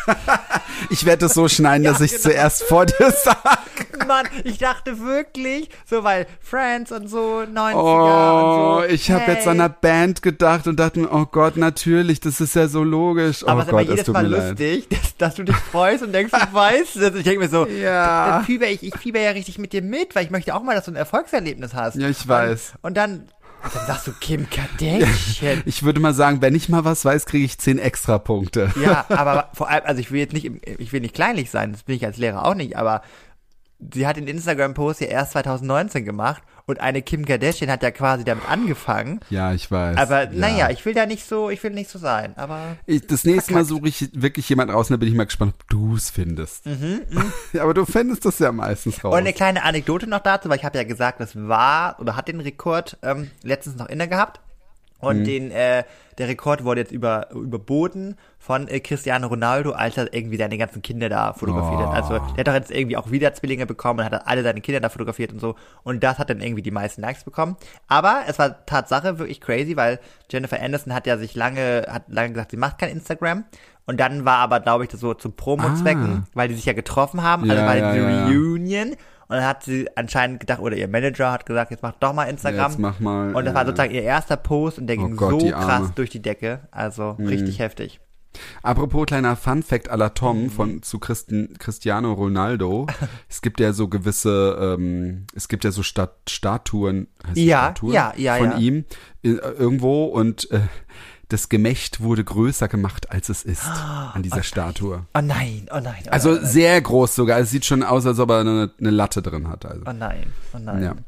Ich werde es so schneiden, dass ich genau. zuerst vor dir sage. Mann, ich dachte wirklich, so weil Friends und so, neunziger Oh, und so. ich habe hey. jetzt an einer Band gedacht und dachte mir, oh Gott, natürlich, das ist ja so logisch. Oh Aber es ist Gott, aber es jedes tut Mal mir leid. lustig, dass, dass du dich freust und denkst, du weißt es. Ich denke mir so, Ja. dann fieber ich, ich fieber ja richtig mit dir mit, weil ich möchte auch mal, dass du ein Erfolgserlebnis hast. Ja, ich weiß. Und, und dann, dann sagst du Kim Kardashian. Ich würde mal sagen, wenn ich mal was weiß, kriege ich zehn extra Punkte. Ja, aber vor allem, also ich will jetzt nicht, im- ich will nicht kleinlich sein, das bin ich als Lehrer auch nicht, aber sie hat den Instagram-Post ja erst zwanzig neunzehn gemacht und eine Kim Kardashian hat ja quasi damit angefangen. Ja, ich weiß. Aber ja. naja, ich will da nicht so, ich will nicht so sein, aber Ich, das nächste Mal Verkackt. suche ich wirklich jemanden raus und da bin ich mal gespannt, ob du es findest. Ja, aber du findest das ja meistens raus. Und eine kleine Anekdote noch dazu, weil ich habe ja gesagt, das war oder hat den Rekord ähm, letztens noch inne gehabt. Und den, äh, der Rekord wurde jetzt über, überboten von äh, Cristiano Ronaldo, als er irgendwie seine ganzen Kinder da fotografiert hat. Oh. Also der hat doch jetzt irgendwie auch wieder Zwillinge bekommen und hat alle seine Kinder da fotografiert und so. Und das hat dann irgendwie die meisten Likes bekommen. Aber es war Tatsache wirklich crazy, weil Jennifer Aniston hat ja sich lange, hat lange gesagt, sie macht kein Instagram. Und dann war aber, glaube ich, das so zu Promo-Zwecken, Ah. weil die sich ja getroffen haben, Ja, also war ja, diese ja, ja. Reunion. Und dann hat sie anscheinend gedacht, oder ihr Manager hat gesagt, jetzt mach doch mal Instagram. Jetzt mach mal, Und das ja. war sozusagen ihr erster Post und der Oh ging Gott, so die Arme. Mhm. krass durch die Decke. Also richtig heftig. Apropos kleiner Fun-Fact à la Mhm. Tom von zu Christen, Cristiano Ronaldo. Es gibt ja so gewisse, ähm, es gibt ja so Stat Statuen, heißt es Ja, Statuen ja, ja, von ja. ihm äh, irgendwo und äh, das Gemächt wurde größer gemacht, als es ist an dieser Statue. Oh nein, oh nein. Oh Also nein, sehr groß sogar. Es sieht schon aus, als ob er eine, eine Latte drin hat. Also. oh nein, oh nein. Ja.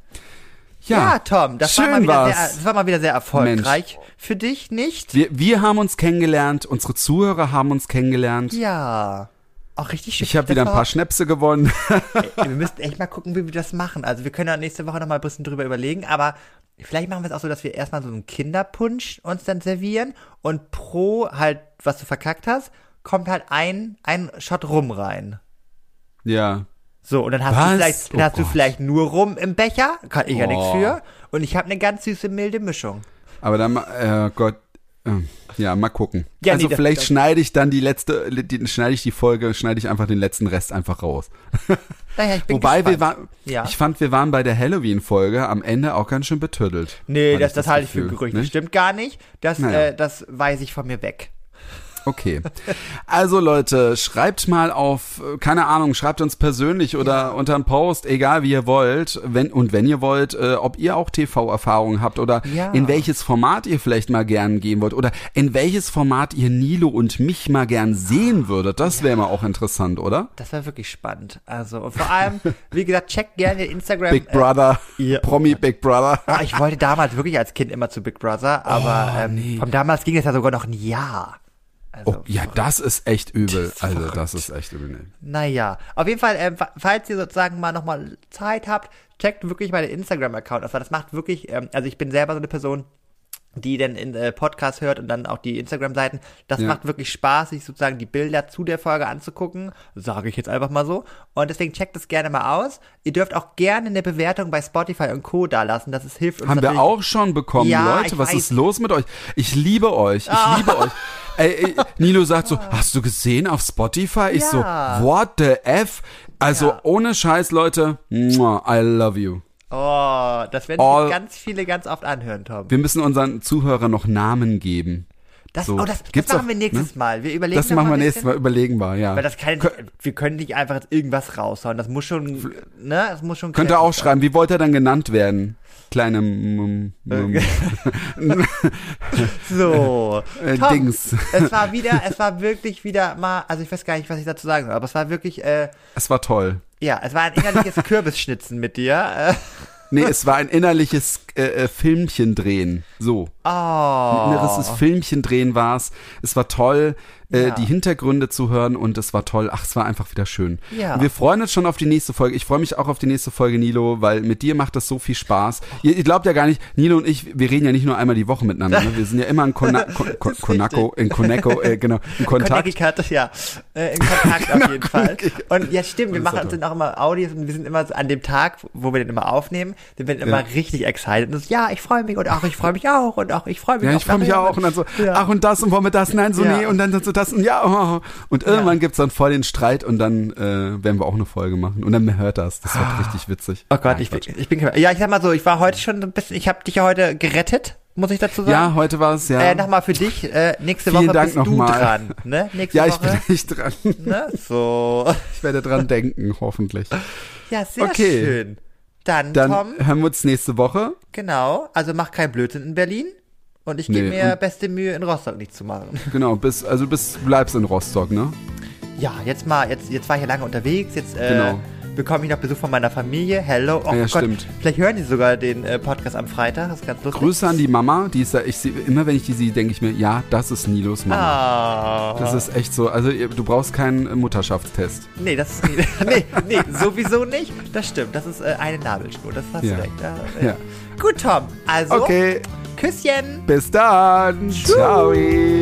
Ja, Ja, Tom, das schön war, mal wieder war's. sehr, das war mal wieder sehr erfolgreich. Für dich nicht? Wir, wir haben uns kennengelernt, unsere Zuhörer haben uns kennengelernt. Ja. Auch richtig schön. Ich habe Das wieder ein war- paar Schnäpse gewonnen. Ey, wir müssten echt mal gucken, wie wir das machen. Also wir können ja nächste Woche noch mal ein bisschen drüber überlegen, aber vielleicht machen wir es auch so, dass wir erstmal so einen Kinderpunsch uns dann servieren und pro halt, was du verkackt hast, kommt halt ein, ein Shot Rum rein. Ja. So, und dann hast Was? du vielleicht, dann Oh hast du Gott. vielleicht nur Rum im Becher, kann ich ja nichts Oh. für. Und ich habe eine ganz süße, milde Mischung. Aber dann, äh, Gott, Ja, mal gucken. Ja, also nee, das- vielleicht das- schneide ich dann die letzte, die, schneide ich die Folge, schneide ich einfach den letzten Rest einfach raus. Naja, ich bin Wobei wir gespannt. waren, Ja. ich fand, wir waren bei der Halloween-Folge am Ende auch ganz schön betüttelt. Nee, Hatte das, das halte ich für ein Gefühl, Gerücht. ne? Das stimmt gar nicht. Das, Naja. äh, das weise ich von mir weg. Okay. Also Leute, schreibt mal auf, äh, keine Ahnung, schreibt uns persönlich oder Ja. unter einen Post, egal wie ihr wollt, wenn und wenn ihr wollt, äh, ob ihr auch T V-Erfahrungen habt oder Ja. in welches Format ihr vielleicht mal gern gehen wollt oder in welches Format ihr Nilo und mich mal gern sehen würdet. Das wäre mal auch interessant, oder? Das war wirklich spannend. Also, und vor allem, wie gesagt, checkt gerne den Instagram. Big Brother, äh, ja. Promi Big Brother. Ah, ich wollte damals wirklich als Kind immer zu Big Brother, aber Oh, ähm, nee. vom damals ging es ja sogar noch ein Jahr. Also, Oh, ja, das ist echt übel. Das ist Also, verrückt. das ist echt übel. Nee. Naja, auf jeden Fall, ähm, fa- falls ihr sozusagen mal nochmal Zeit habt, checkt wirklich meinen Instagram-Account aus, weil das macht wirklich, ähm, also ich bin selber so eine Person, die dann in äh, Podcast hört und dann auch die Instagram-Seiten. Das Ja. macht wirklich Spaß, sich sozusagen die Bilder zu der Folge anzugucken, sage ich jetzt einfach mal so. Und deswegen checkt es gerne mal aus. Ihr dürft auch gerne eine Bewertung bei Spotify und Co. da lassen, das ist, hilft uns Haben wir natürlich. auch schon bekommen, Ja, Leute. ich Was weiß. ist los mit euch? Ich liebe euch. Ich liebe euch. Ey, ey, Nilo sagt so, hast du gesehen auf Spotify? Ich Ja. so, what the F? Also Ja. ohne Scheiß, Leute. Mua, I love you. Oh, das werden All- sich ganz viele ganz oft anhören, Tom. Wir müssen unseren Zuhörern noch Namen geben. Das, so. oh, das, das Gibt's machen doch, wir nächstes ne? Mal. Wir überlegen Das noch machen mal wir ein nächstes bisschen. Mal, überlegen wir, ja. Weil das kann, wir können nicht einfach jetzt irgendwas raushauen. Das muss schon, ne, das muss schon. Könnt ihr auch kreativ schreiben, wie wollt ihr dann genannt werden? Kleine M- M- sein. So. äh, Tom, Dings. Es war wieder, es war wirklich wieder mal, also ich weiß gar nicht, was ich dazu sagen soll, aber es war wirklich, äh, Es war toll. ja, es war ein innerliches Kürbisschnitzen mit dir. Äh, Nee, es war ein innerliches äh, äh, Filmchen drehen. So. oh. Ein inneres Filmchen drehen war's. Es war toll, äh, Ja. die Hintergründe zu hören und es war toll. Ach, es war einfach wieder schön. Ja. Und wir freuen uns schon auf die nächste Folge. Ich freue mich auch auf die nächste Folge, Nilo, weil mit dir macht das so viel Spaß. Ihr, ihr glaubt ja gar nicht, Nilo und ich, wir reden ja nicht nur einmal die Woche miteinander. Ne? Wir sind ja immer in Kona Kon Kon ist Konako, in Koneko, äh, genau, in Kontakt. Connecticut, ja. Äh, in Kontakt auf jeden Fall. Und ja, stimmt, wir Das ist machen ja uns toll. dann auch immer Audios und wir sind immer so an dem Tag, wo wir den immer aufnehmen, sind wir dann immer Ja. richtig excited. Und so, ja, ich freue mich und auch ich freue mich auch und auch ich freue mich Ja, auch ich freue mich nachher. auch. Und dann so, Ja. ach und das und wollen wir das? Nein, so Ja. nee. Und dann so das und ja. Oh. Und irgendwann Ja. gibt's dann voll den Streit und dann äh, werden wir auch eine Folge machen. Und dann hört das. Das wird richtig witzig. Oh Gott, Nein, ich bin, Quatsch. ich bin, ja, ich sag mal so, ich war heute schon so ein bisschen, ich habe dich ja heute gerettet, muss ich dazu sagen. Ja, heute war es, ja. Äh, nochmal für dich, äh, nächste Vielen Woche Dank bist noch du mal. dran, ne? Nächste Ja, ich Woche, bin nicht dran. ne? So. Ich werde dran denken, hoffentlich. Ja, sehr Okay. schön. Dann, Dann Tom, hören wir uns nächste Woche. genau, also mach kein Blödsinn in Berlin und ich Nee, gebe mir und- beste Mühe, in Rostock nicht zu machen. Genau, bis, also bis bleibst in Rostock, ne? Ja, jetzt mal, jetzt, jetzt war ich ja lange unterwegs, jetzt äh, Genau. bekomme ich noch Besuch von meiner Familie. Hello. Oh Ja, Gott, stimmt. vielleicht hören die sogar den äh, Podcast am Freitag, das ist ganz lustig. Grüße an die Mama, die ist da, ich sehe, immer wenn ich die sehe, denke ich mir, ja, das ist Nilos Mama. Ah. Das ist echt so, also ihr- du brauchst keinen äh, Mutterschaftstest. Nee, das ist nee, nee, sowieso nicht. Das stimmt. Das ist äh, eine Nabelschnur. Das hast Ja. du recht. Ja, Ja. Gut, Tom. Also, Okay, Küsschen. bis dann. Ciao.